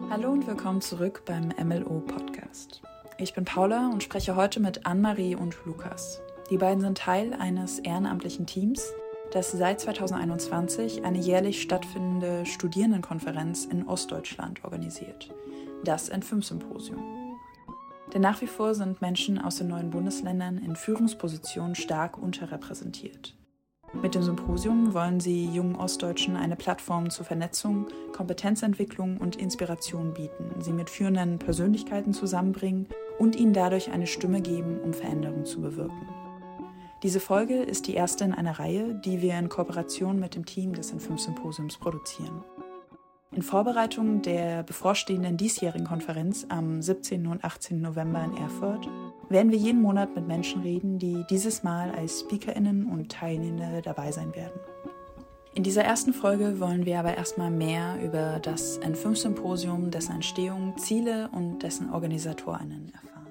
Hallo und willkommen zurück beim MLO-Podcast. Ich bin Paula und spreche heute mit Annemarie und Lukas. Die beiden sind Teil eines ehrenamtlichen Teams, das seit 2021 eine jährlich stattfindende Studierendenkonferenz in Ostdeutschland organisiert, das N5-Symposium. Denn nach wie vor sind Menschen aus den neuen Bundesländern in Führungspositionen stark unterrepräsentiert. Mit dem Symposium wollen sie jungen Ostdeutschen eine Plattform zur Vernetzung, Kompetenzentwicklung und Inspiration bieten, sie mit führenden Persönlichkeiten zusammenbringen und ihnen dadurch eine Stimme geben, um Veränderung zu bewirken. Diese Folge ist die erste in einer Reihe, die wir in Kooperation mit dem Team des N5-Symposiums produzieren. In Vorbereitung der bevorstehenden diesjährigen Konferenz am 17. und 18. November in Erfurt werden wir jeden Monat mit Menschen reden, die dieses Mal als SpeakerInnen und Teilnehmende dabei sein werden. In dieser ersten Folge wollen wir aber erstmal mehr über das N5-Symposium, dessen Entstehung, Ziele und dessen OrganisatorInnen erfahren.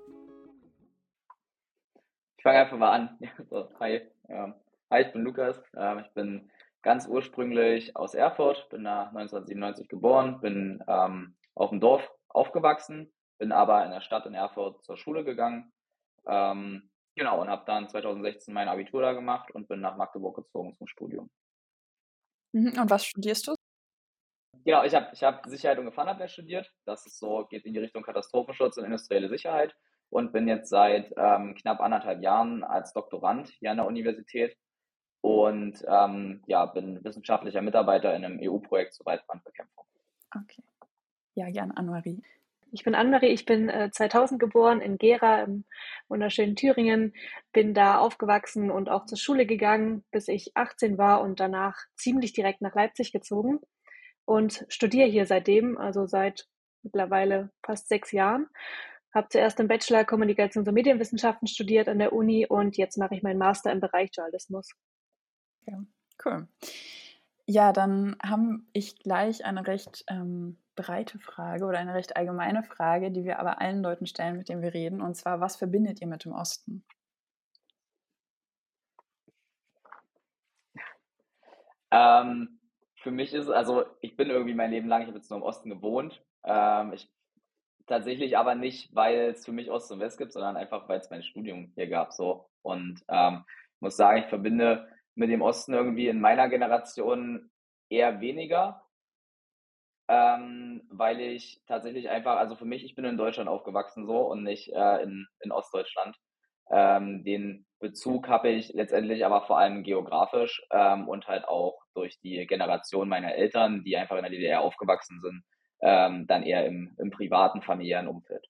Ich fange einfach mal an. Hi, ich bin Lukas. Ich bin ganz ursprünglich aus Erfurt, bin da 1997 geboren, bin auf dem Dorf aufgewachsen, bin aber in der Stadt in Erfurt zur Schule gegangen. Und habe dann 2016 mein Abitur da gemacht und bin nach Magdeburg gezogen zum Studium. Und was studierst du? Genau, ich hab Sicherheit und Gefahrenabwehr studiert. Das ist so, geht in die Richtung Katastrophenschutz und industrielle Sicherheit und bin jetzt seit knapp 1,5 Jahren als Doktorand hier an der Universität und bin wissenschaftlicher Mitarbeiter in einem EU-Projekt zur Waldbrandbekämpfung. Okay. Ja, gern, Annemarie. Ich bin Annemarie, ich bin 2000 geboren in Gera im wunderschönen Thüringen, bin da aufgewachsen und auch zur Schule gegangen, bis ich 18 war und danach ziemlich direkt nach Leipzig gezogen und studiere hier seitdem, also seit mittlerweile fast 6 Jahren. Habe zuerst im Bachelor Kommunikations- und Medienwissenschaften studiert an der Uni und jetzt mache ich meinen Master im Bereich Journalismus. Ja, cool. Ja, dann habe ich gleich eine recht breite Frage oder eine recht allgemeine Frage, die wir aber allen Leuten stellen, mit denen wir reden. Und zwar, was verbindet ihr mit dem Osten? Für mich ist, also ich bin irgendwie mein Leben lang, ich habe jetzt nur im Osten gewohnt. Tatsächlich aber nicht, weil es für mich Ost und West gibt, sondern einfach, weil es mein Studium hier gab. So. Und muss sagen, ich verbinde mit dem Osten irgendwie in meiner Generation eher weniger, weil ich tatsächlich einfach, also für mich, ich bin in Deutschland aufgewachsen so und nicht in Ostdeutschland. Den Bezug habe ich letztendlich aber vor allem geografisch und halt auch durch die Generation meiner Eltern, die einfach in der DDR aufgewachsen sind, dann eher im privaten, familiären Umfeld.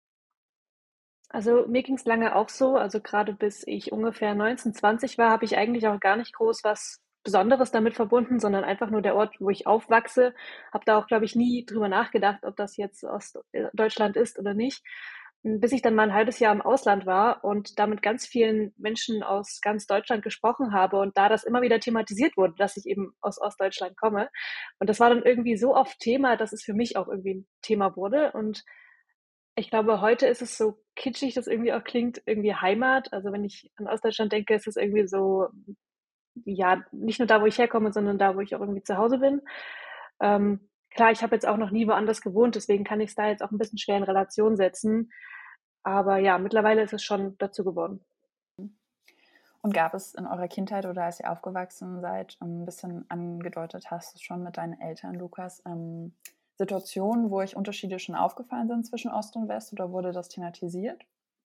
Also mir ging es lange auch so, also gerade bis ich ungefähr 19, 20 war, habe ich eigentlich auch gar nicht groß was Besonderes damit verbunden, sondern einfach nur der Ort, wo ich aufwachse. Habe da auch, glaube ich, nie drüber nachgedacht, ob das jetzt Ostdeutschland ist oder nicht. Bis ich dann mal ein halbes Jahr im Ausland war und da mit ganz vielen Menschen aus ganz Deutschland gesprochen habe und da das immer wieder thematisiert wurde, dass ich eben aus Ostdeutschland komme. Und das war dann irgendwie so oft Thema, dass es für mich auch irgendwie ein Thema wurde. Und ich glaube, heute ist es so kitschig, das irgendwie auch klingt, irgendwie Heimat. Also wenn ich an Ostdeutschland denke, ist es irgendwie so, ja, nicht nur da, wo ich herkomme, sondern da, wo ich auch irgendwie zu Hause bin. Klar, ich habe jetzt auch noch nie woanders gewohnt, deswegen kann ich es da jetzt auch ein bisschen schwer in Relation setzen. Aber ja, mittlerweile ist es schon dazu geworden. Und gab es in eurer Kindheit oder als ihr aufgewachsen seid, ein bisschen angedeutet hast du schon mit deinen Eltern, Lukas, Situationen, wo euch Unterschiede schon aufgefallen sind zwischen Ost und West oder wurde das thematisiert?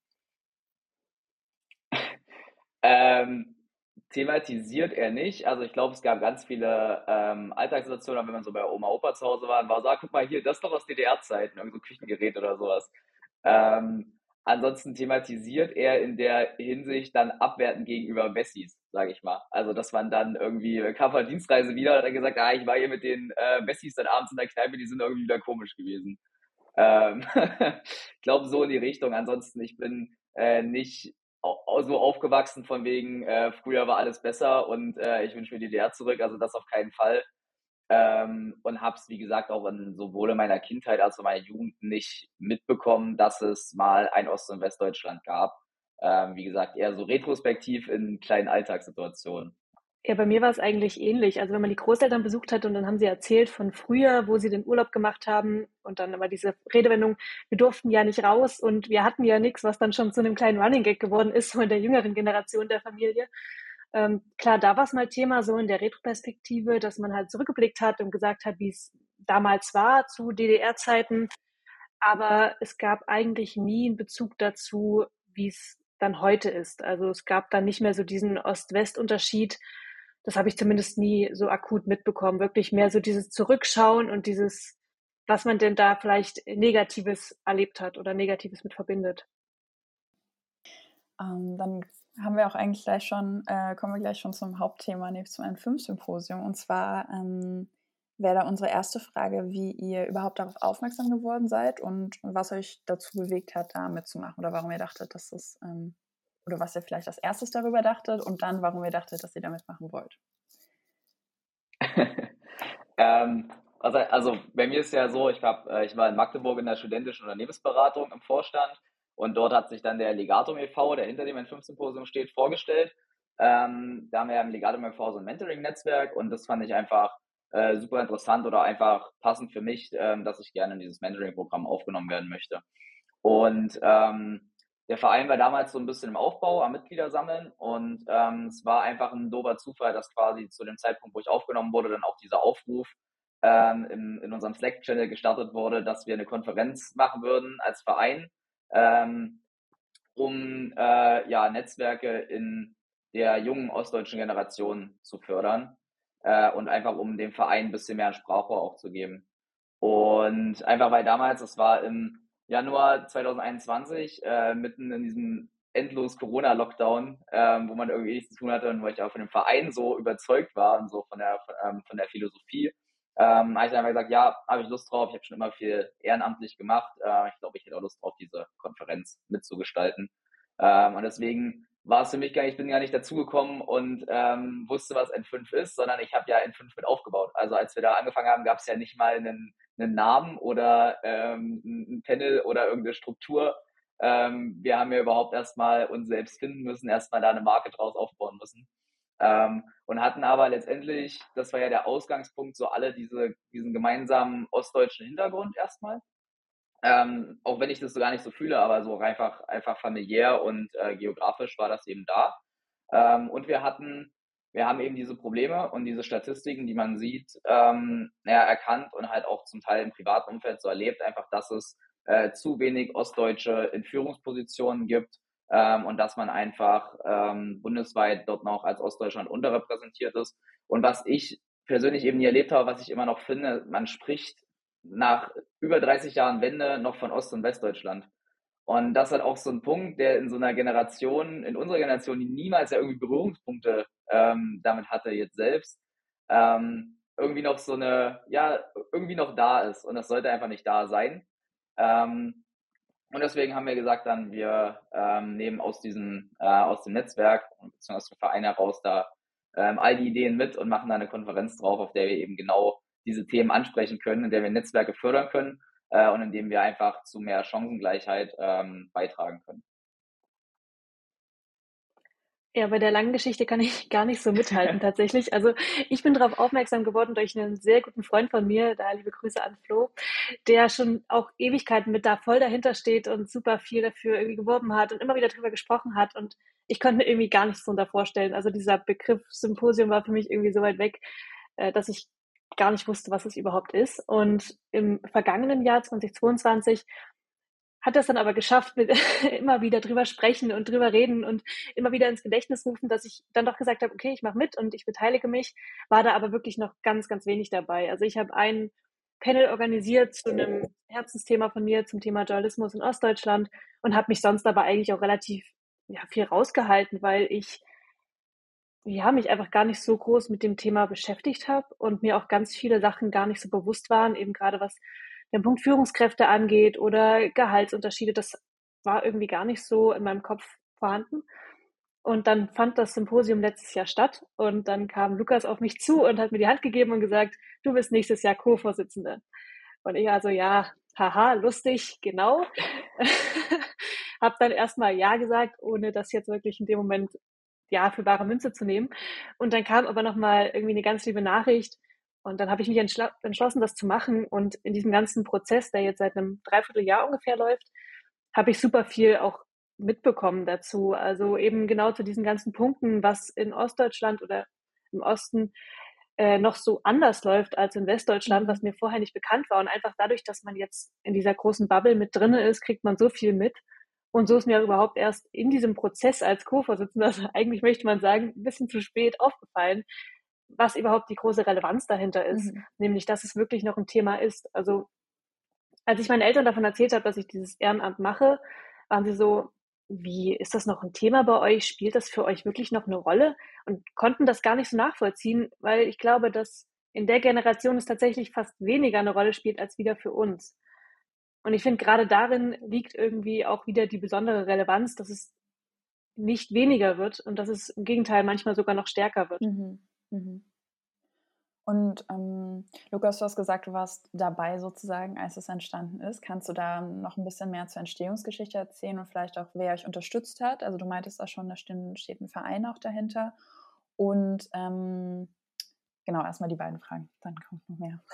Thematisiert er nicht. Also ich glaube, es gab ganz viele Alltagssituationen, wenn man so bei Oma, Opa zu Hause war und war so, guck mal hier, das ist doch aus DDR-Zeiten, irgend so Küchengerät oder sowas. Ansonsten thematisiert er in der Hinsicht dann abwertend gegenüber Wessis, sage ich mal. Also dass man dann irgendwie kam von der Dienstreise wieder und hat gesagt, ich war hier mit den Wessis dann abends in der Kneipe, die sind irgendwie wieder komisch gewesen. Ich glaube so in die Richtung. Ansonsten, ich bin nicht so aufgewachsen von wegen, früher war alles besser und ich wünsche mir die DDR zurück, also das auf keinen Fall. Und habe es, wie gesagt, auch sowohl in meiner Kindheit als auch in meiner Jugend nicht mitbekommen, dass es mal ein Ost- und Westdeutschland gab. Wie gesagt, eher so retrospektiv in kleinen Alltagssituationen. Ja, bei mir war es eigentlich ähnlich. Also wenn man die Großeltern besucht hat und dann haben sie erzählt von früher, wo sie den Urlaub gemacht haben und dann immer diese Redewendung, wir durften ja nicht raus und wir hatten ja nichts, was dann schon zu einem kleinen Running Gag geworden ist, so in der jüngeren Generation der Familie. Klar, da war es mal Thema so in der Retroperspektive, dass man halt zurückgeblickt hat und gesagt hat, wie es damals war zu DDR-Zeiten. Aber es gab eigentlich nie einen Bezug dazu, wie es dann heute ist. Also es gab dann nicht mehr so diesen Ost-West-Unterschied. Das habe ich zumindest nie so akut mitbekommen. Wirklich mehr so dieses Zurückschauen und dieses, was man denn da vielleicht Negatives erlebt hat oder Negatives mit verbindet. Dann haben wir auch eigentlich kommen wir gleich schon zum Hauptthema, nämlich zum N5-Symposium. Und zwar wäre da unsere erste Frage, wie ihr überhaupt darauf aufmerksam geworden seid und was euch dazu bewegt hat, da mitzumachen oder warum ihr dachtet, dass das, oder was ihr vielleicht als erstes darüber dachtet und dann, warum ihr dachtet, dass ihr da mitmachen wollt. Also bei mir ist ja so, ich war in Magdeburg in der studentischen Unternehmensberatung im Vorstand und dort hat sich dann der Legatum e.V., der hinter dem N5-Symposium steht, vorgestellt. Da haben wir ja im Legatum e.V. so ein Mentoring-Netzwerk und das fand ich einfach super interessant oder einfach passend für mich, dass ich gerne in dieses Mentoring-Programm aufgenommen werden möchte. Und der Verein war damals so ein bisschen im Aufbau, am Mitglieder sammeln und es war einfach ein doofer Zufall, dass quasi zu dem Zeitpunkt, wo ich aufgenommen wurde, dann auch dieser Aufruf in unserem Slack-Channel gestartet wurde, dass wir eine Konferenz machen würden als Verein, um ja, Netzwerke in der jungen ostdeutschen Generation zu fördern und einfach um dem Verein ein bisschen mehr ein Sprachrohr auch zu geben. Und einfach weil damals, das war im Januar 2021, mitten in diesem endlos Corona-Lockdown, wo man irgendwie nichts zu tun hatte und wo ich auch von dem Verein so überzeugt war und so von der Philosophie, habe ich dann einfach gesagt, ja, habe ich Lust drauf. Ich habe schon immer viel ehrenamtlich gemacht. Ich glaube, ich hätte auch Lust drauf, diese Konferenz mitzugestalten. Und deswegen war es für mich ich bin gar nicht dazugekommen und wusste, was N5 ist, sondern ich habe ja N5 mit aufgebaut. Also als wir da angefangen haben, gab es ja nicht mal einen Namen oder ein Panel oder irgendeine Struktur. Wir haben ja überhaupt erstmal uns selbst finden müssen, erstmal da eine Marke draus aufbauen müssen. Und hatten aber letztendlich, das war ja der Ausgangspunkt, so alle diesen gemeinsamen ostdeutschen Hintergrund erstmal. Auch wenn ich das so gar nicht so fühle, aber so einfach familiär und geografisch war das eben da. Und wir haben eben diese Probleme und diese Statistiken, die man sieht, erkannt und halt auch zum Teil im privaten Umfeld so erlebt, einfach, dass es zu wenig Ostdeutsche in Führungspositionen gibt und dass man einfach bundesweit dort noch als Ostdeutschland unterrepräsentiert ist. Und was ich persönlich eben nie erlebt habe, was ich immer noch finde, man spricht nach über 30 Jahren Wende noch von Ost- und Westdeutschland. Und das ist halt auch so ein Punkt, der in so einer Generation, in unserer Generation, die niemals ja irgendwie Berührungspunkte damit hatte jetzt selbst, irgendwie noch irgendwie noch da ist. Und das sollte einfach nicht da sein. Und deswegen haben wir gesagt, dann wir nehmen aus dem Netzwerk bzw. aus dem Verein heraus da all die Ideen mit und machen da eine Konferenz drauf, auf der wir eben genau diese Themen ansprechen können, in der wir Netzwerke fördern können und in dem wir einfach zu mehr Chancengleichheit beitragen können. Ja, bei der langen Geschichte kann ich gar nicht so mithalten tatsächlich. Also ich bin darauf aufmerksam geworden durch einen sehr guten Freund von mir, da liebe Grüße an Flo, der schon auch Ewigkeiten mit da voll dahinter steht und super viel dafür irgendwie geworben hat und immer wieder drüber gesprochen hat. Und ich konnte mir irgendwie gar nichts darunter vorstellen. Also dieser Begriff Symposium war für mich irgendwie so weit weg, dass ich gar nicht wusste, was es überhaupt ist. Und im vergangenen Jahr 2022 hat das dann aber geschafft, mit immer wieder drüber sprechen und drüber reden und immer wieder ins Gedächtnis rufen, dass ich dann doch gesagt habe, okay, ich mache mit und ich beteilige mich, war da aber wirklich noch ganz, ganz wenig dabei. Also ich habe ein Panel organisiert zu einem Herzensthema von mir, zum Thema Journalismus in Ostdeutschland und habe mich sonst aber eigentlich auch relativ viel rausgehalten, weil ich mich einfach gar nicht so groß mit dem Thema beschäftigt habe und mir auch ganz viele Sachen gar nicht so bewusst waren, eben gerade was den Punkt Führungskräfte angeht oder Gehaltsunterschiede. Das war irgendwie gar nicht so in meinem Kopf vorhanden. Und dann fand das Symposium letztes Jahr statt und dann kam Lukas auf mich zu und hat mir die Hand gegeben und gesagt, du bist nächstes Jahr Co-Vorsitzende. Und ich also, ja, haha, lustig, genau. Hab dann erstmal ja gesagt, ohne das jetzt wirklich in dem Moment ja, für bare Münze zu nehmen. Und dann kam aber nochmal irgendwie eine ganz liebe Nachricht und dann habe ich mich entschlossen, das zu machen. Und in diesem ganzen Prozess, der jetzt seit einem Dreivierteljahr ungefähr läuft, habe ich super viel auch mitbekommen dazu. Also eben genau zu diesen ganzen Punkten, was in Ostdeutschland oder im Osten noch so anders läuft als in Westdeutschland, was mir vorher nicht bekannt war. Und einfach dadurch, dass man jetzt in dieser großen Bubble mit drinne ist, kriegt man so viel mit. Und so ist mir überhaupt erst in diesem Prozess als Co-Vorsitzender, also eigentlich möchte man sagen, ein bisschen zu spät aufgefallen, was überhaupt die große Relevanz dahinter ist. Nämlich, dass es wirklich noch ein Thema ist. Also als ich meinen Eltern davon erzählt habe, dass ich dieses Ehrenamt mache, waren sie so, wie, ist das noch ein Thema bei euch? Spielt das für euch wirklich noch eine Rolle? Und konnten das gar nicht so nachvollziehen, weil ich glaube, dass in der Generation es tatsächlich fast weniger eine Rolle spielt als wieder für uns. Und ich finde, gerade darin liegt irgendwie auch wieder die besondere Relevanz, dass es nicht weniger wird und dass es im Gegenteil manchmal sogar noch stärker wird. Und Lukas, du hast gesagt, du warst dabei sozusagen, als es entstanden ist. Kannst du da noch ein bisschen mehr zur Entstehungsgeschichte erzählen und vielleicht auch, wer euch unterstützt hat? Also du meintest da schon, da steht ein Verein auch dahinter. Und genau, erstmal die beiden Fragen, dann kommt noch mehr.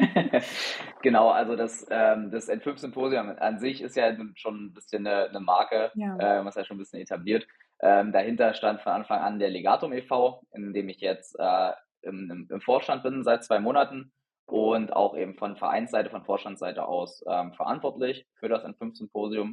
Genau, also das N5-Symposium an sich ist ja schon ein bisschen eine Marke, was ja schon ein bisschen etabliert. Dahinter stand von Anfang an der Legatum e.V., in dem ich jetzt im Vorstand bin seit 2 Monaten und auch eben von Vereinsseite, von Vorstandsseite aus verantwortlich für das N5-Symposium.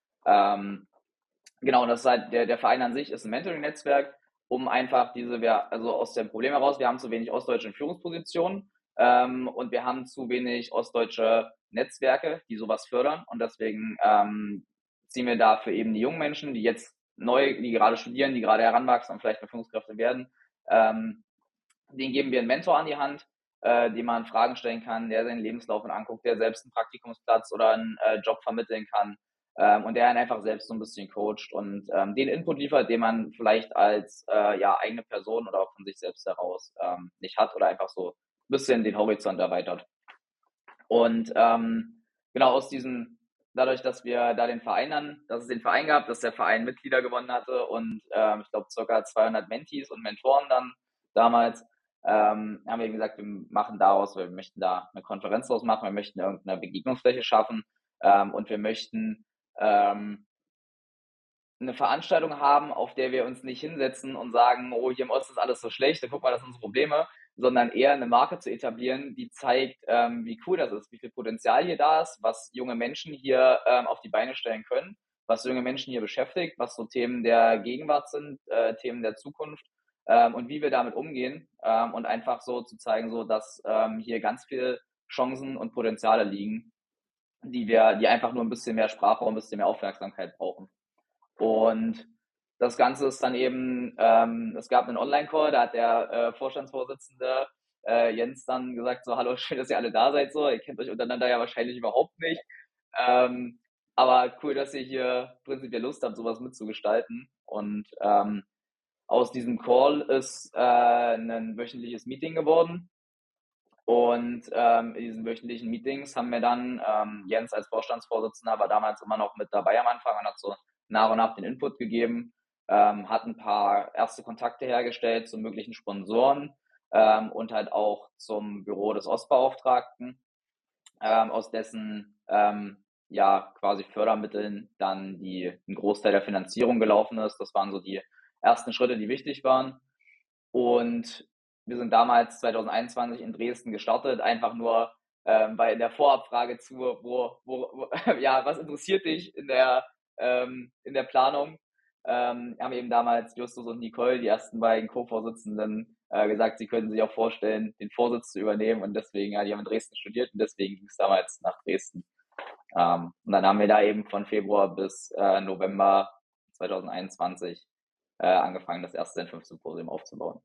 Genau, und das ist halt, der Verein an sich ist ein Mentoring-Netzwerk, um einfach also aus dem Problem heraus, wir haben zu wenig ostdeutsche Führungspositionen und wir haben zu wenig ostdeutsche Netzwerke, die sowas fördern, und deswegen ziehen wir dafür eben die jungen Menschen, die jetzt die gerade studieren, die gerade heranwachsen und vielleicht Führungskräfte werden, denen geben wir einen Mentor an die Hand, dem man Fragen stellen kann, der seinen Lebenslauf anguckt, der selbst einen Praktikumsplatz oder einen Job vermitteln kann, und der einen einfach selbst so ein bisschen coacht und den Input liefert, den man vielleicht als eigene Person oder auch von sich selbst heraus nicht hat oder einfach so ein bisschen den Horizont erweitert. Und genau dadurch, dass wir da dass es den Verein gab, dass der Verein Mitglieder gewonnen hatte und ich glaube ca. 200 Mentees und Mentoren dann damals, haben wir eben gesagt, wir möchten da eine Konferenz draus machen, wir möchten irgendeine Begegnungsfläche schaffen und wir möchten eine Veranstaltung haben, auf der wir uns nicht hinsetzen und sagen, oh, hier im Osten ist alles so schlecht, guck mal, das sind unsere Probleme, sondern eher eine Marke zu etablieren, die zeigt, wie cool das ist, wie viel Potenzial hier da ist, was junge Menschen hier auf die Beine stellen können, was junge Menschen hier beschäftigt, was so Themen der Gegenwart sind, Themen der Zukunft und wie wir damit umgehen und einfach so zu zeigen, so dass hier ganz viele Chancen und Potenziale liegen, die einfach nur ein bisschen mehr Sprache und ein bisschen mehr Aufmerksamkeit brauchen. Und das Ganze ist dann eben, es gab einen Online-Call, da hat der Vorstandsvorsitzende Jens dann gesagt, so, hallo, schön, dass ihr alle da seid, so, ihr kennt euch untereinander ja wahrscheinlich überhaupt nicht, aber cool, dass ihr hier prinzipiell Lust habt, sowas mitzugestalten. Und aus diesem Call ist ein wöchentliches Meeting geworden. Und in diesen wöchentlichen Meetings haben wir dann, Jens als Vorstandsvorsitzender war damals immer noch mit dabei am Anfang und hat so nach und nach den Input gegeben, hat ein paar erste Kontakte hergestellt zu möglichen Sponsoren und halt auch zum Büro des Ostbeauftragten, aus dessen quasi Fördermitteln dann ein Großteil der Finanzierung gelaufen ist. Das waren so die ersten Schritte, die wichtig waren. Und wir sind damals 2021 in Dresden gestartet, einfach nur bei der Vorabfrage zu, was interessiert dich in der Planung, haben eben damals Justus und Nicole, die ersten beiden Co-Vorsitzenden, gesagt, sie könnten sich auch vorstellen, den Vorsitz zu übernehmen, und deswegen, die haben in Dresden studiert und deswegen ging es damals nach Dresden. Und dann haben wir da eben von Februar bis November 2021 angefangen, das erste N5-Symposium aufzubauen.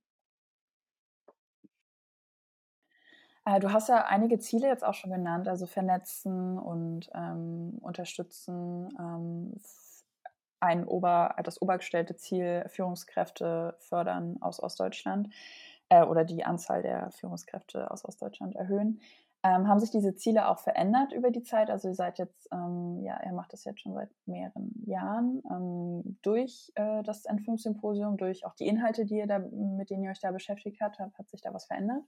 Du hast ja einige Ziele jetzt auch schon genannt, also vernetzen und unterstützen, das obergestellte Ziel, Führungskräfte fördern aus Ostdeutschland oder die Anzahl der Führungskräfte aus Ostdeutschland erhöhen. Haben sich diese Ziele auch verändert über die Zeit? Also ihr seid jetzt, ihr macht das jetzt schon seit mehreren Jahren durch das N5-Symposium, durch auch die Inhalte, mit denen ihr euch da beschäftigt habt, hat sich da was verändert?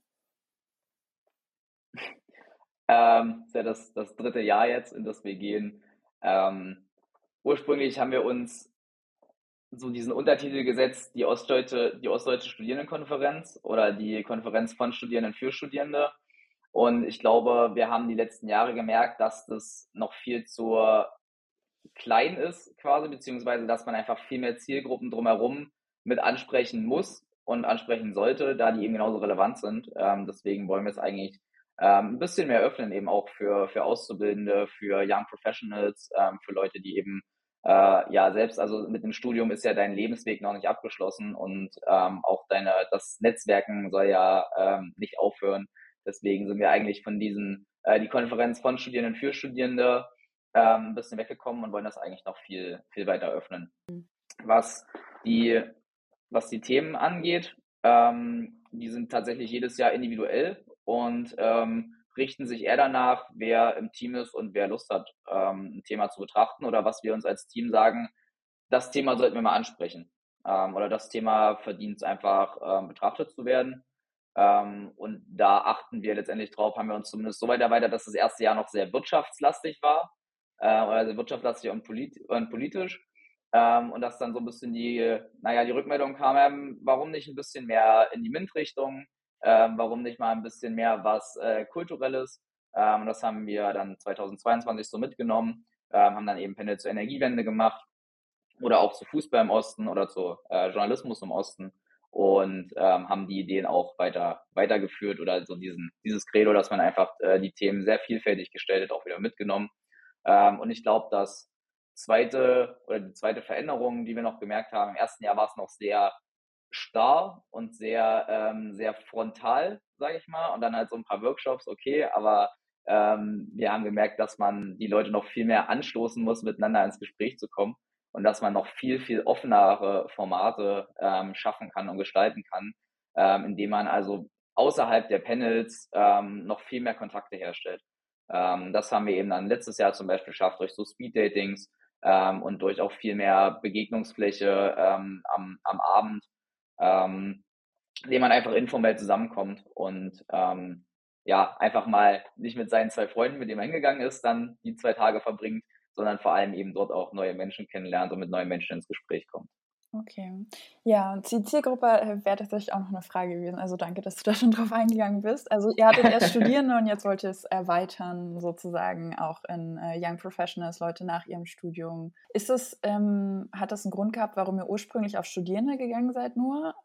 Ist ja das dritte Jahr jetzt, in das wir gehen. Ursprünglich haben wir uns so diesen Untertitel gesetzt, die Ostdeutsche Studierendenkonferenz oder die Konferenz von Studierenden für Studierende. Und ich glaube, wir haben die letzten Jahre gemerkt, dass das noch viel zu klein ist quasi, beziehungsweise dass man einfach viel mehr Zielgruppen drumherum mit ansprechen muss und ansprechen sollte, da die eben genauso relevant sind. Deswegen wollen wir es eigentlich ein bisschen mehr öffnen, eben auch für Auszubildende, für Young Professionals, für Leute, die eben selbst, also mit dem Studium ist ja dein Lebensweg noch nicht abgeschlossen und auch das Netzwerken soll ja nicht aufhören. Deswegen sind wir eigentlich von die Konferenz von Studierenden für Studierende ein bisschen weggekommen und wollen das eigentlich noch viel, viel weiter öffnen. Was die Themen angeht, die sind tatsächlich jedes Jahr individuell und richten sich eher danach, wer im Team ist und wer Lust hat, ein Thema zu betrachten oder was wir uns als Team sagen, das Thema sollten wir mal ansprechen oder das Thema verdient es einfach betrachtet zu werden. Und da achten wir letztendlich drauf, haben wir uns zumindest so weit erweitert, dass das erste Jahr noch sehr wirtschaftslastig war, also wirtschaftslastig und politisch. Und dass dann so ein bisschen die Rückmeldung kam, warum nicht ein bisschen mehr in die MINT-Richtung, warum nicht mal ein bisschen mehr was Kulturelles. Und das haben wir dann 2022 so mitgenommen, haben dann eben Panel zur Energiewende gemacht oder auch zu Fußball im Osten oder zu Journalismus im Osten und haben die Ideen auch weitergeführt oder so dieses Credo, dass man einfach die Themen sehr vielfältig gestellt hat, auch wieder mitgenommen. Und ich glaube, die zweite Veränderung, die wir noch gemerkt haben, im ersten Jahr war es noch sehr starr und sehr frontal, sage ich mal, und dann halt so ein paar Workshops, okay, aber wir haben gemerkt, dass man die Leute noch viel mehr anstoßen muss, miteinander ins Gespräch zu kommen und dass man noch viel, viel offenere Formate schaffen kann und gestalten kann, indem man also außerhalb der Panels noch viel mehr Kontakte herstellt. Das haben wir eben dann letztes Jahr zum Beispiel geschafft durch so Speed-Datings und durch auch viel mehr Begegnungsfläche am Abend, indem man einfach informell zusammenkommt und einfach mal nicht mit seinen 2 Freunden, mit denen man hingegangen ist, dann die 2 Tage verbringt, sondern vor allem eben dort auch neue Menschen kennenlernt und mit neuen Menschen ins Gespräch kommt. Okay. Ja, und die Zielgruppe wäre tatsächlich auch noch eine Frage gewesen. Also danke, dass du da schon drauf eingegangen bist. Also ihr hattet erst Studierende und jetzt wollt ihr es erweitern, sozusagen auch in Young Professionals, Leute nach ihrem Studium. Hat das einen Grund gehabt, warum ihr ursprünglich auf Studierende gegangen seid nur?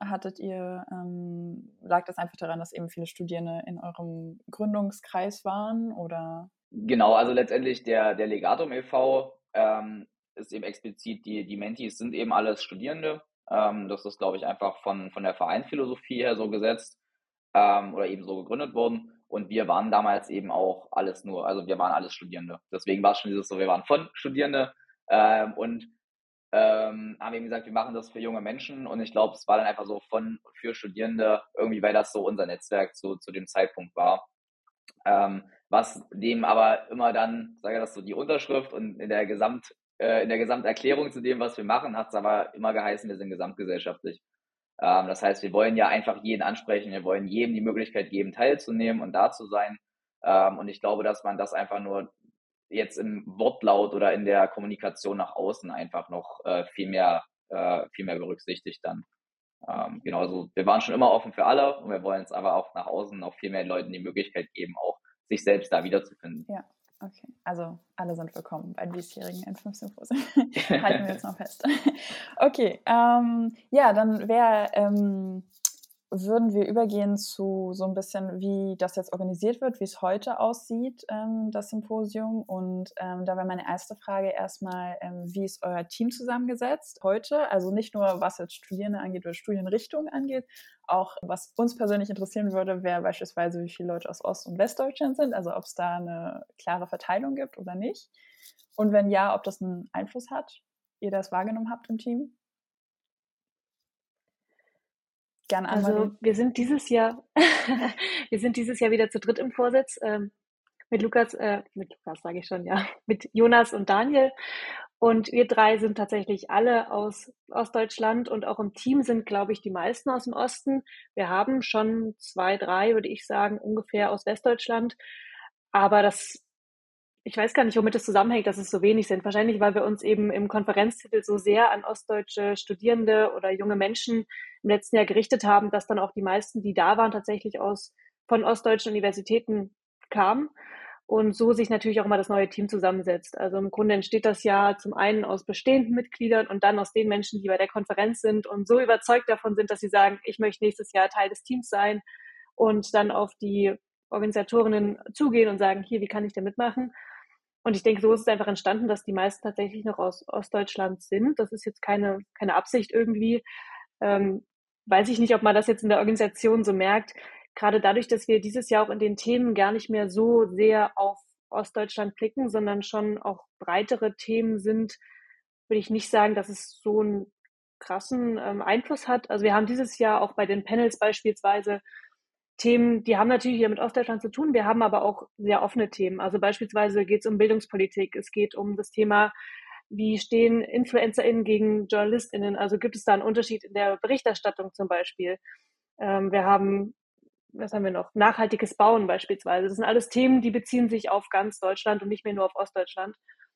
Lag das einfach daran, dass eben viele Studierende in eurem Gründungskreis waren oder? Genau, also letztendlich der Legatum e.V. Ist eben explizit, die Mentees sind eben alles Studierende. Das ist, glaube ich, einfach von der Vereinsphilosophie her so gesetzt oder eben so gegründet worden. Und wir waren damals eben auch wir waren alles Studierende. Deswegen war es schon wir waren von Studierende und haben eben gesagt, wir machen das für junge Menschen. Und ich glaube, es war dann einfach so für Studierende, irgendwie, weil das so unser Netzwerk zu dem Zeitpunkt war. Was dem aber immer dann, sage ich das so, die Unterschrift und in der Gesamterklärung zu dem, was wir machen, hat es aber immer geheißen, wir sind gesamtgesellschaftlich. Das heißt, wir wollen ja einfach jeden ansprechen, wir wollen jedem die Möglichkeit geben, teilzunehmen und da zu sein. Und ich glaube, dass man das einfach nur jetzt im Wortlaut oder in der Kommunikation nach außen einfach noch viel mehr berücksichtigt dann. Genau, also wir waren schon immer offen für alle und wir wollen es aber auch nach außen noch viel mehr Leuten die Möglichkeit geben, auch sich selbst da wiederzufinden. Ja, okay. Also alle sind willkommen beim diesjährigen N5-Symposium. Halten wir jetzt noch fest. Okay, dann würden wir übergehen zu so ein bisschen, wie das jetzt organisiert wird, wie es heute aussieht, das Symposium. Und da wäre meine erste Frage erstmal, wie ist euer Team zusammengesetzt heute? Also nicht nur, was jetzt Studierende angeht oder Studienrichtungen angeht, auch was uns persönlich interessieren würde, wäre beispielsweise, wie viele Leute aus Ost- und Westdeutschland sind, also ob es da eine klare Verteilung gibt oder nicht. Und wenn ja, ob das einen Einfluss hat, ihr das wahrgenommen habt im Team? Gerne, also wir sind dieses Jahr wieder zu dritt im Vorsitz. mit Lukas sage ich schon, ja, mit Jonas und Daniel. Und wir drei sind tatsächlich alle aus Ostdeutschland und auch im Team sind, glaube ich, die meisten aus dem Osten. Wir haben schon 2, 3, würde ich sagen, ungefähr aus Westdeutschland. Aber ich weiß gar nicht, womit es zusammenhängt, dass es so wenig sind. Wahrscheinlich, weil wir uns eben im Konferenztitel so sehr an ostdeutsche Studierende oder junge Menschen im letzten Jahr gerichtet haben, dass dann auch die meisten, die da waren, tatsächlich von ostdeutschen Universitäten kamen. Und so sich natürlich auch immer das neue Team zusammensetzt. Also im Grunde entsteht das ja zum einen aus bestehenden Mitgliedern und dann aus den Menschen, die bei der Konferenz sind und so überzeugt davon sind, dass sie sagen, ich möchte nächstes Jahr Teil des Teams sein und dann auf die Organisatorinnen zugehen und sagen, hier, wie kann ich da mitmachen? Und ich denke, so ist es einfach entstanden, dass die meisten tatsächlich noch aus Ostdeutschland sind. Das ist jetzt keine Absicht irgendwie. Ähm, Weiß ich nicht, ob man das jetzt in der Organisation so merkt. Gerade dadurch, dass wir dieses Jahr auch in den Themen gar nicht mehr so sehr auf Ostdeutschland blicken, sondern schon auch breitere Themen sind, würde ich nicht sagen, dass es so einen krassen Einfluss hat. Also wir haben dieses Jahr auch bei den Panels beispielsweise Themen, die haben natürlich wieder mit Ostdeutschland zu tun. Wir haben aber auch sehr offene Themen. Also beispielsweise geht es um Bildungspolitik. Es geht um das Thema, wie stehen InfluencerInnen gegen JournalistInnen? Also gibt es da einen Unterschied in der Berichterstattung zum Beispiel? Wir haben, was haben wir noch? Nachhaltiges Bauen beispielsweise. Das sind alles Themen, die beziehen sich auf ganz Deutschland und nicht mehr nur auf Ostdeutschland.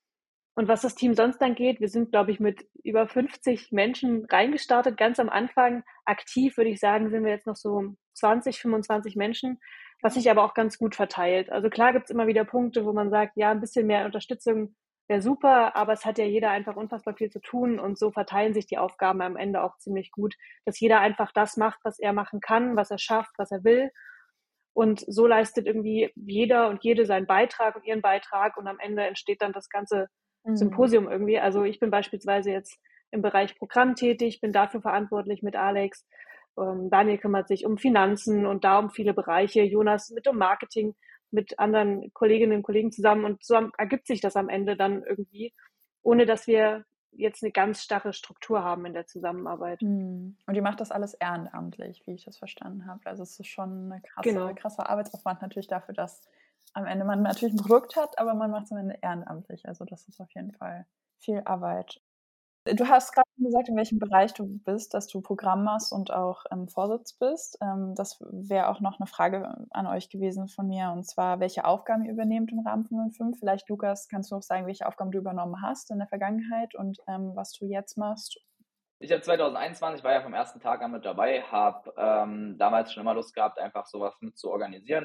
Und was das Team sonst angeht, wir sind, glaube ich, mit über 50 Menschen reingestartet. Ganz am Anfang aktiv, würde ich sagen, sind wir jetzt noch so 20, 25 Menschen, was sich aber auch ganz gut verteilt. Also klar gibt es immer wieder Punkte, wo man sagt, ja, ein bisschen mehr Unterstützung wäre super, aber es hat ja jeder einfach unfassbar viel zu tun und so verteilen sich die Aufgaben am Ende auch ziemlich gut, dass jeder einfach das macht, was er machen kann, was er schafft, was er will. Und so leistet irgendwie jeder und jede seinen Beitrag und ihren Beitrag und am Ende entsteht dann das ganze Symposium irgendwie. Also ich bin beispielsweise jetzt im Bereich Programm tätig, bin dafür verantwortlich mit Alex. Daniel kümmert sich um Finanzen und da um viele Bereiche. Jonas mit um Marketing, mit anderen Kolleginnen und Kollegen zusammen. Und so ergibt sich das am Ende dann irgendwie, ohne dass wir jetzt eine ganz starre Struktur haben in der Zusammenarbeit. Und ihr macht das alles ehrenamtlich, wie ich das verstanden habe. Also es ist schon eine Genau. krasser Arbeitsaufwand natürlich dafür, dass am Ende man natürlich ein Produkt hat, aber man macht es am Ende ehrenamtlich. Also das ist auf jeden Fall viel Arbeit. Du hast gerade gesagt, in welchem Bereich du bist, dass du Programm machst und auch Vorsitz bist. Das wäre auch noch eine Frage an euch gewesen von mir, und zwar, welche Aufgaben ihr übernehmt im Rahmen von 5. Vielleicht, Lukas, kannst du noch sagen, welche Aufgaben du übernommen hast in der Vergangenheit und was du jetzt machst? Ich habe 2021, war ja vom ersten Tag an mit dabei, habe damals schon immer Lust gehabt, einfach sowas mit zu organisieren.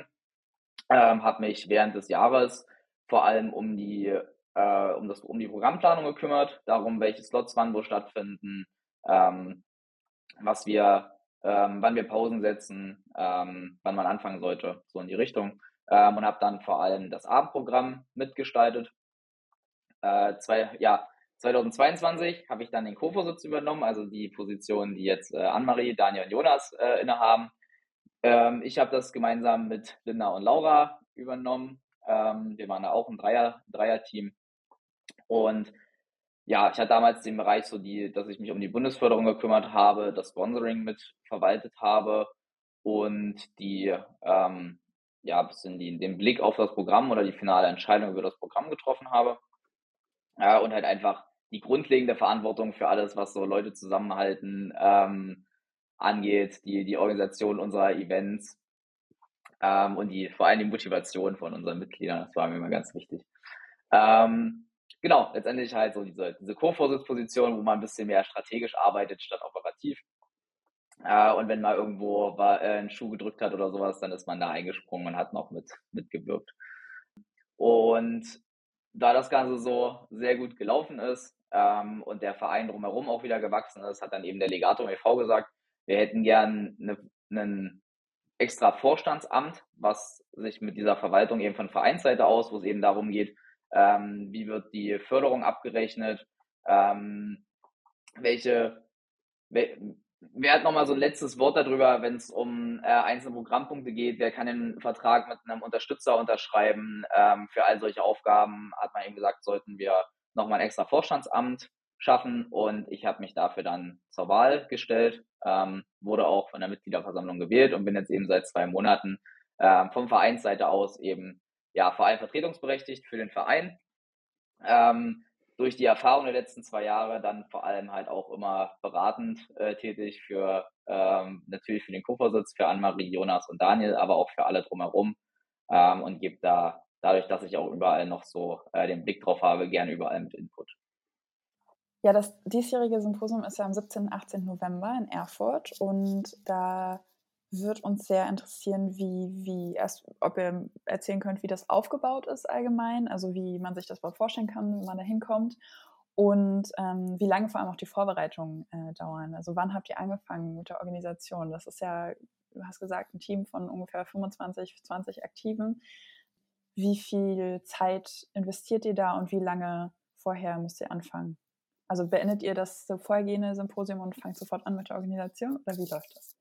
Habe mich während des Jahres vor allem um die Programmplanung gekümmert, darum, welche Slots wann wo stattfinden, wann wir Pausen setzen, wann man anfangen sollte, so in die Richtung. Und habe dann vor allem das Abendprogramm mitgestaltet. 2022 habe ich dann den Co-Vorsitz übernommen, also die Position, die jetzt Annemarie, Daniel und Jonas innehaben. Ich habe das gemeinsam mit Linda und Laura übernommen. Wir waren da auch ein Dreier-Team. Und ja, ich hatte damals den Bereich dass ich mich um die Bundesförderung gekümmert habe, das Sponsoring mit verwaltet habe und den Blick auf das Programm oder die finale Entscheidung über das Programm getroffen habe. Und halt einfach die grundlegende Verantwortung für alles, was so Leute zusammenhalten, angeht, die Organisation unserer Events und vor allem die Motivation von unseren Mitgliedern, das war mir immer ganz wichtig. Genau, letztendlich halt so diese Co-Vorsitzposition, wo man ein bisschen mehr strategisch arbeitet statt operativ. Und wenn mal irgendwo ein Schuh gedrückt hat oder sowas, dann ist man da eingesprungen und hat noch mitgewirkt. Und da das Ganze so sehr gut gelaufen ist und der Verein drumherum auch wieder gewachsen ist, hat dann eben der Legatum e.V. gesagt, wir hätten gern einen extra Vorstandsamt, was sich mit dieser Verwaltung eben von Vereinsseite aus, wo es eben darum geht, wie wird die Förderung abgerechnet, wer hat nochmal so ein letztes Wort darüber, wenn es um einzelne Programmpunkte geht, wer kann den Vertrag mit einem Unterstützer unterschreiben, für all solche Aufgaben hat man eben gesagt, sollten wir nochmal ein extra Vorstandsamt schaffen und ich habe mich dafür dann zur Wahl gestellt, wurde auch von der Mitgliederversammlung gewählt und bin jetzt eben seit 2 Monaten vom Vereinsseite aus eben ja, vor allem vertretungsberechtigt für den Verein. Durch die Erfahrung der letzten 2 Jahre dann vor allem halt auch immer beratend tätig für natürlich für den Co-Vorsitz, für Annemarie, Jonas und Daniel, aber auch für alle drumherum und gebe da dadurch, dass ich auch überall noch so den Blick drauf habe, gerne überall mit Input. Ja, das diesjährige Symposium ist ja am 17. und 18. November in Erfurt und da wird uns sehr interessieren, ob ihr erzählen könnt, wie das aufgebaut ist allgemein, also wie man sich das überhaupt vorstellen kann, wenn man da hinkommt und wie lange vor allem auch die Vorbereitungen dauern. Also wann habt ihr angefangen mit der Organisation? Das ist ja, du hast gesagt, ein Team von ungefähr 25, 20 Aktiven. Wie viel Zeit investiert ihr da und wie lange vorher müsst ihr anfangen? Also beendet ihr das vorhergehende Symposium und fangt sofort an mit der Organisation oder wie läuft das?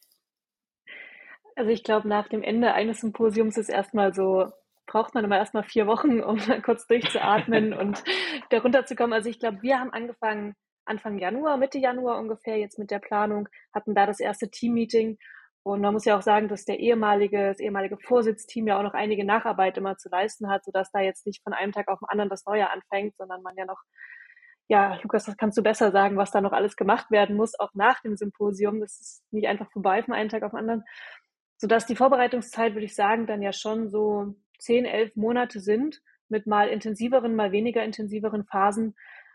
Also ich glaube, nach dem Ende eines Symposiums braucht man immer erstmal 4 Wochen, um mal kurz durchzuatmen und da runterzukommen. Also ich glaube, wir haben angefangen Anfang Januar, Mitte Januar ungefähr jetzt mit der Planung, hatten da das erste Team-Meeting. Und man muss ja auch sagen, dass das ehemalige Vorsitzteam ja auch noch einige Nacharbeit immer zu leisten hat, sodass da jetzt nicht von einem Tag auf den anderen das Neue anfängt, sondern man ja noch, ja, Lukas, das kannst du besser sagen, was da noch alles gemacht werden muss, auch nach dem Symposium. Das ist nicht einfach vorbei von einem Tag auf den anderen. Sodass die Vorbereitungszeit, würde ich sagen, dann ja schon so 10, 11 Monate sind, mit mal intensiveren, mal weniger intensiveren Phasen.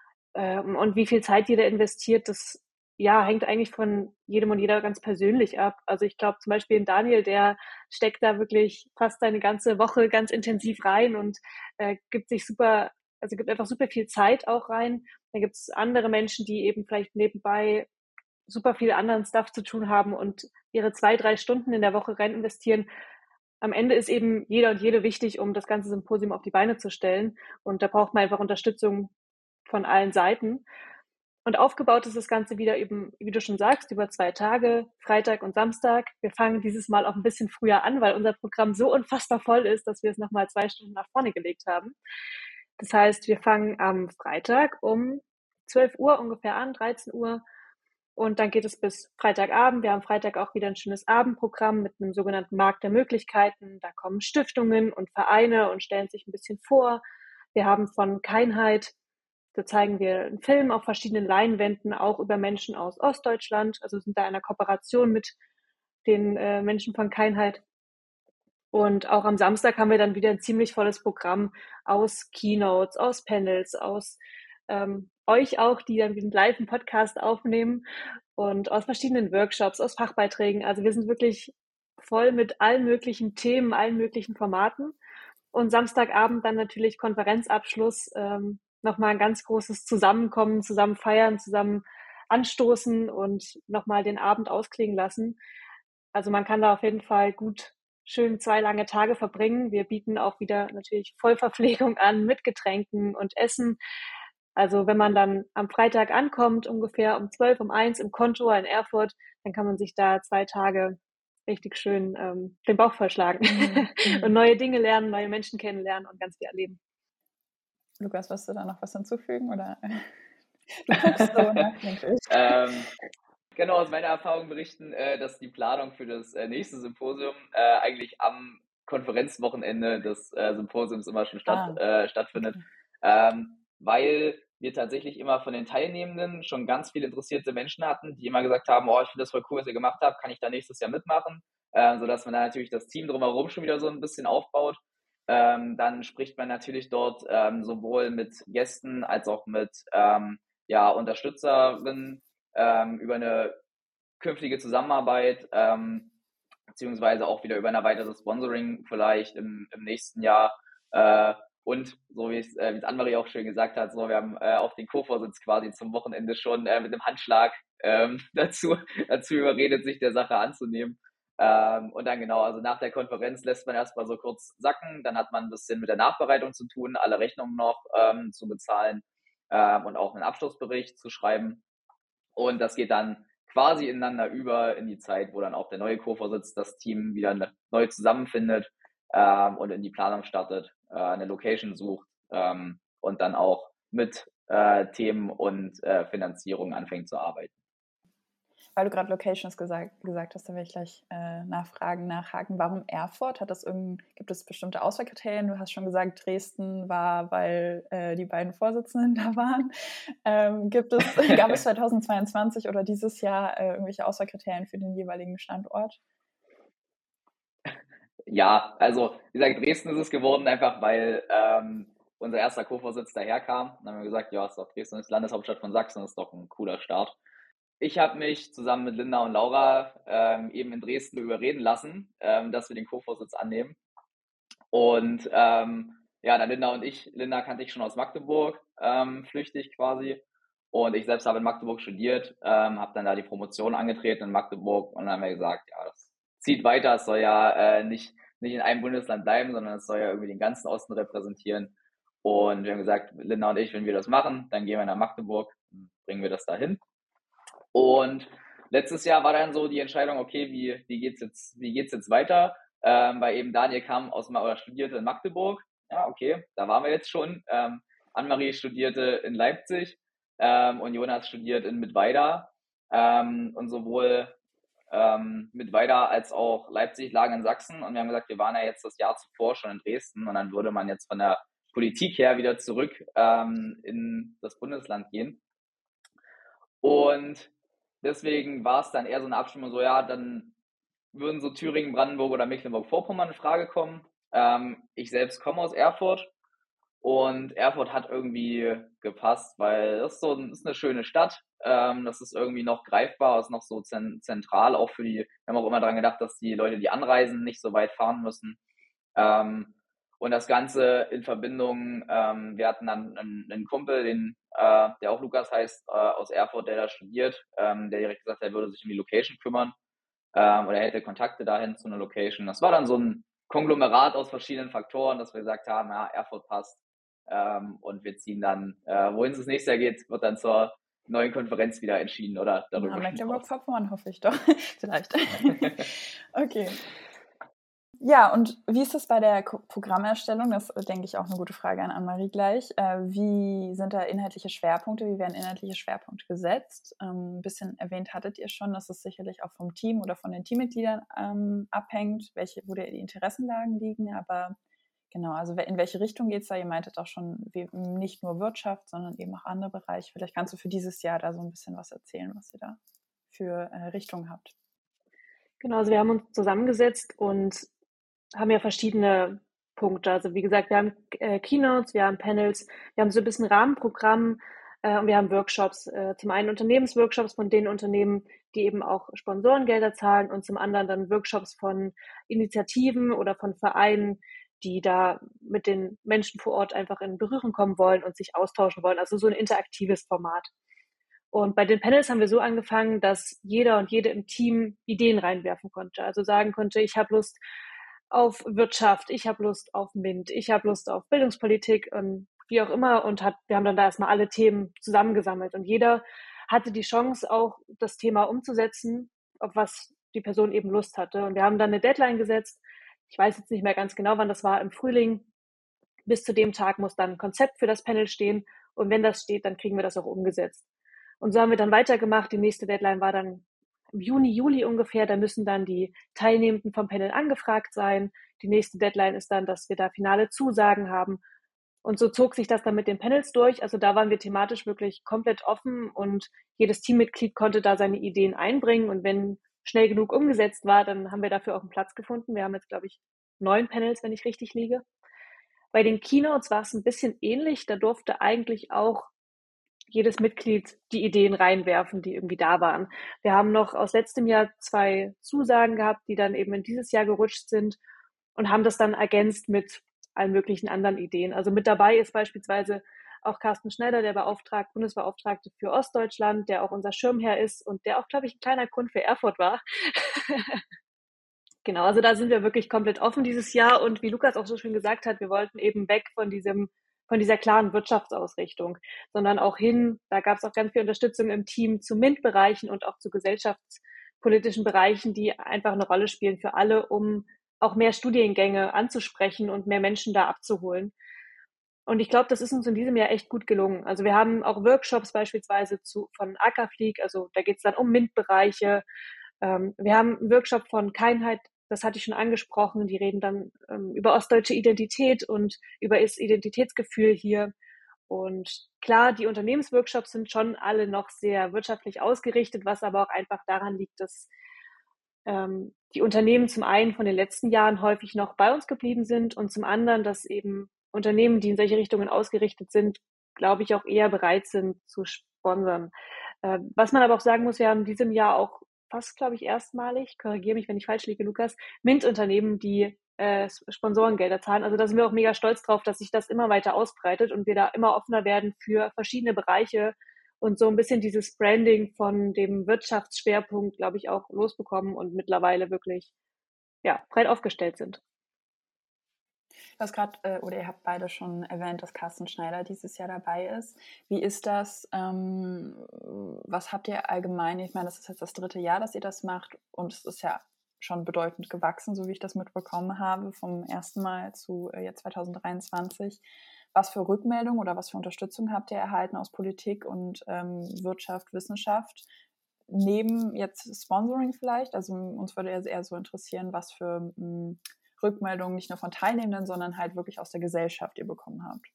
Und wie viel Zeit jeder investiert, das ja, hängt eigentlich von jedem und jeder ganz persönlich ab. Also ich glaube zum Beispiel in Daniel, der steckt da wirklich fast seine ganze Woche ganz intensiv rein und gibt einfach super viel Zeit auch rein. Dann gibt es andere Menschen, die eben vielleicht nebenbei super viel anderen Stuff zu tun haben und ihre 2, 3 Stunden in der Woche rein investieren. Am Ende ist eben jeder und jede wichtig, um das ganze Symposium auf die Beine zu stellen. Und da braucht man einfach Unterstützung von allen Seiten. Und aufgebaut ist das Ganze wieder eben, wie du schon sagst, über 2 Tage, Freitag und Samstag. Wir fangen dieses Mal auch ein bisschen früher an, weil unser Programm so unfassbar voll ist, dass wir es nochmal 2 Stunden nach vorne gelegt haben. Das heißt, wir fangen am Freitag um 12 Uhr ungefähr an, 13 Uhr. Und dann geht es bis Freitagabend. Wir haben Freitag auch wieder ein schönes Abendprogramm mit einem sogenannten Markt der Möglichkeiten. Da kommen Stiftungen und Vereine und stellen sich ein bisschen vor. Wir haben von Keinheit, da zeigen wir einen Film auf verschiedenen Leinwänden, auch über Menschen aus Ostdeutschland. Also sind da in einer Kooperation mit den Menschen von Keinheit. Und auch am Samstag haben wir dann wieder ein ziemlich volles Programm aus Keynotes, aus Panels, aus euch auch, die dann diesen live einen Podcast aufnehmen und aus verschiedenen Workshops, aus Fachbeiträgen. Also wir sind wirklich voll mit allen möglichen Themen, allen möglichen Formaten. Und Samstagabend dann natürlich Konferenzabschluss, nochmal ein ganz großes Zusammenkommen, zusammen feiern, zusammen anstoßen und nochmal den Abend ausklingen lassen. Also man kann da auf jeden Fall gut schön 2 lange Tage verbringen. Wir bieten auch wieder natürlich Vollverpflegung an mit Getränken und Essen. Also wenn man dann am Freitag ankommt, ungefähr um 12, um 1 im Kontor in Erfurt, dann kann man sich da 2 Tage richtig schön den Bauch vollschlagen und neue Dinge lernen, neue Menschen kennenlernen und ganz viel erleben. Lukas, willst du da noch was hinzufügen? Oder du guckst so nachdenklich. Genau, aus meiner Erfahrung berichten, dass die Planung für das nächste Symposium eigentlich am Konferenzwochenende des Symposiums immer schon stattfindet, weil wir tatsächlich immer von den Teilnehmenden schon ganz viele interessierte Menschen hatten, die immer gesagt haben, oh, ich finde das voll cool, was ihr gemacht habt, kann ich da nächstes Jahr mitmachen, sodass man da natürlich das Team drumherum schon wieder so ein bisschen aufbaut. Dann spricht man natürlich dort sowohl mit Gästen als auch mit Unterstützerinnen über eine künftige Zusammenarbeit, beziehungsweise auch wieder über ein erweitertes Sponsoring vielleicht im nächsten Jahr. Und so wie es Annemarie auch schön gesagt hat, so wir haben auch den Co-Vorsitz quasi zum Wochenende schon mit einem Handschlag dazu überredet, sich der Sache anzunehmen. Und dann genau, also nach der Konferenz lässt man erstmal so kurz sacken, dann hat man ein bisschen mit der Nachbereitung zu tun, alle Rechnungen noch zu bezahlen und auch einen Abschlussbericht zu schreiben. Und das geht dann quasi ineinander über in die Zeit, wo dann auch der neue Co-Vorsitz das Team wieder neu zusammenfindet und in die Planung startet, eine Location sucht und dann auch mit Themen und Finanzierung anfängt zu arbeiten. Weil du gerade Locations gesagt hast, da will ich gleich nachhaken. Warum Erfurt? Gibt es bestimmte Auswahlkriterien? Du hast schon gesagt, Dresden war, weil die beiden Vorsitzenden da waren. Gab es 2022 oder dieses Jahr irgendwelche Auswahlkriterien für den jeweiligen Standort? Ja, also wie gesagt, Dresden ist es geworden, einfach weil unser erster Co-Vorsitzender herkam. Dann haben wir gesagt, ja, ist doch Dresden, ist Landeshauptstadt von Sachsen, ist doch ein cooler Start. Ich habe mich zusammen mit Linda und Laura eben in Dresden überreden lassen, dass wir den Co-Vorsitz annehmen. Und ja, dann Linda kannte ich schon aus Magdeburg, flüchtig quasi. Und ich selbst habe in Magdeburg studiert, habe dann da die Promotion angetreten in Magdeburg und dann haben wir gesagt, ja, das zieht weiter, es soll ja nicht in einem Bundesland bleiben, sondern es soll ja irgendwie den ganzen Osten repräsentieren. Und wir haben gesagt, Linda und ich, wenn wir das machen, dann gehen wir nach Magdeburg, bringen wir das dahin. Und letztes Jahr war dann so die Entscheidung, okay, wie geht's jetzt weiter? Weil eben Daniel kam oder studierte in Magdeburg. Ja, okay, da waren wir jetzt schon. Annemarie studierte in Leipzig und Jonas studiert in Mittweida. Und sowohl Mittweida als auch Leipzig lagen in Sachsen. Und wir haben gesagt, wir waren ja jetzt das Jahr zuvor schon in Dresden und dann würde man jetzt von der Politik her wieder zurück in das Bundesland gehen. Und deswegen war es dann eher so eine Abstimmung, so ja, dann würden so Thüringen, Brandenburg oder Mecklenburg-Vorpommern in Frage kommen. Ich selbst komme aus Erfurt und Erfurt hat irgendwie gepasst, weil das ist eine schöne Stadt. Das ist irgendwie noch greifbar, ist noch so zentral auch wir haben auch immer daran gedacht, dass die Leute, die anreisen, nicht so weit fahren müssen. Und das Ganze in Verbindung, wir hatten dann einen Kumpel, der auch Lukas heißt, aus Erfurt, der da studiert, der direkt gesagt hat, er würde sich um die Location kümmern oder er hätte Kontakte dahin zu einer Location. Das war dann so ein Konglomerat aus verschiedenen Faktoren, dass wir gesagt haben, ja, Erfurt passt und wir ziehen dann, wohin es das nächste Jahr geht, wird dann zur neuen Konferenz wieder entschieden oder darüber. Mecklenburg-Vorpommern hoffe ich doch. Vielleicht. Okay. Ja, und wie ist es bei der Programmerstellung? Das ist, denke ich, auch eine gute Frage an Annemarie gleich. Wie sind da inhaltliche Schwerpunkte? Wie werden inhaltliche Schwerpunkte gesetzt? Ein bisschen erwähnt hattet ihr schon, dass es sicherlich auch vom Team oder von den Teammitgliedern abhängt, wo die Interessenlagen liegen. Aber genau, also in welche Richtung geht es da? Ihr meintet auch schon, nicht nur Wirtschaft, sondern eben auch andere Bereiche. Vielleicht kannst du für dieses Jahr da so ein bisschen was erzählen, was ihr da für Richtungen habt. Genau, also wir haben uns zusammengesetzt und haben ja verschiedene Punkte. Also wie gesagt, wir haben Keynotes, wir haben Panels, wir haben so ein bisschen Rahmenprogramm und wir haben Workshops. Zum einen Unternehmensworkshops von den Unternehmen, die eben auch Sponsorengelder zahlen und zum anderen dann Workshops von Initiativen oder von Vereinen, die da mit den Menschen vor Ort einfach in Berührung kommen wollen und sich austauschen wollen. Also so ein interaktives Format. Und bei den Panels haben wir so angefangen, dass jeder und jede im Team Ideen reinwerfen konnte. Also sagen konnte, ich habe Lust auf Wirtschaft, ich habe Lust auf MINT, ich habe Lust auf Bildungspolitik und wie auch immer. Und wir haben dann da erstmal alle Themen zusammengesammelt. Und jeder hatte die Chance, auch das Thema umzusetzen, auf was die Person eben Lust hatte. Und wir haben dann eine Deadline gesetzt. Ich weiß jetzt nicht mehr ganz genau, wann das war, im Frühling. Bis zu dem Tag muss dann ein Konzept für das Panel stehen. Und wenn das steht, dann kriegen wir das auch umgesetzt. Und so haben wir dann weitergemacht. Die nächste Deadline war dann im Juni, Juli ungefähr. Da müssen dann die Teilnehmenden vom Panel angefragt sein. Die nächste Deadline ist dann, dass wir da finale Zusagen haben. Und so zog sich das dann mit den Panels durch. Also da waren wir thematisch wirklich komplett offen und jedes Teammitglied konnte da seine Ideen einbringen. Und wenn schnell genug umgesetzt war, dann haben wir dafür auch einen Platz gefunden. Wir haben jetzt, glaube ich, 9 Panels, wenn ich richtig liege. Bei den Keynotes war es ein bisschen ähnlich. Da durfte eigentlich auch jedes Mitglied die Ideen reinwerfen, die irgendwie da waren. Wir haben noch aus letztem Jahr 2 Zusagen gehabt, die dann eben in dieses Jahr gerutscht sind und haben das dann ergänzt mit allen möglichen anderen Ideen. Also mit dabei ist beispielsweise auch Carsten Schneider, der Bundesbeauftragte für Ostdeutschland, der auch unser Schirmherr ist und der auch, glaube ich, ein kleiner Grund für Erfurt war. Genau, also da sind wir wirklich komplett offen dieses Jahr und wie Lukas auch so schön gesagt hat, wir wollten eben weg von dieser klaren Wirtschaftsausrichtung, sondern auch hin, da gab es auch ganz viel Unterstützung im Team zu MINT-Bereichen und auch zu gesellschaftspolitischen Bereichen, die einfach eine Rolle spielen für alle, um auch mehr Studiengänge anzusprechen und mehr Menschen da abzuholen. Und ich glaube, das ist uns in diesem Jahr echt gut gelungen. Also wir haben auch Workshops beispielsweise von Ackerflieg, also da geht es dann um MINT-Bereiche. Wir haben einen Workshop von Keinheit, das hatte ich schon angesprochen, die reden dann über ostdeutsche Identität und über das Identitätsgefühl hier. Und klar, die Unternehmensworkshops sind schon alle noch sehr wirtschaftlich ausgerichtet, was aber auch einfach daran liegt, dass die Unternehmen zum einen von den letzten Jahren häufig noch bei uns geblieben sind und zum anderen, dass eben Unternehmen, die in solche Richtungen ausgerichtet sind, glaube ich, auch eher bereit sind zu sponsern. Was man aber auch sagen muss, wir haben in diesem Jahr auch fast, glaube ich, erstmalig, korrigiere mich, wenn ich falsch liege, Lukas, MINT-Unternehmen, die Sponsorengelder zahlen. Also da sind wir auch mega stolz drauf, dass sich das immer weiter ausbreitet und wir da immer offener werden für verschiedene Bereiche und so ein bisschen dieses Branding von dem Wirtschaftsschwerpunkt, glaube ich, auch losbekommen und mittlerweile wirklich ja, breit aufgestellt sind. Du hast gerade, oder ihr habt beide schon erwähnt, dass Carsten Schneider dieses Jahr dabei ist. Wie ist das? Was habt ihr allgemein? Ich meine, das ist jetzt das 3. Jahr, dass ihr das macht und es ist ja schon bedeutend gewachsen, so wie ich das mitbekommen habe, vom ersten Mal zu jetzt 2023. Was für Rückmeldungen oder was für Unterstützung habt ihr erhalten aus Politik und Wirtschaft, Wissenschaft? Neben jetzt Sponsoring vielleicht? Also uns würde eher so interessieren, was für Rückmeldungen nicht nur von Teilnehmenden, sondern halt wirklich aus der Gesellschaft ihr bekommen habt.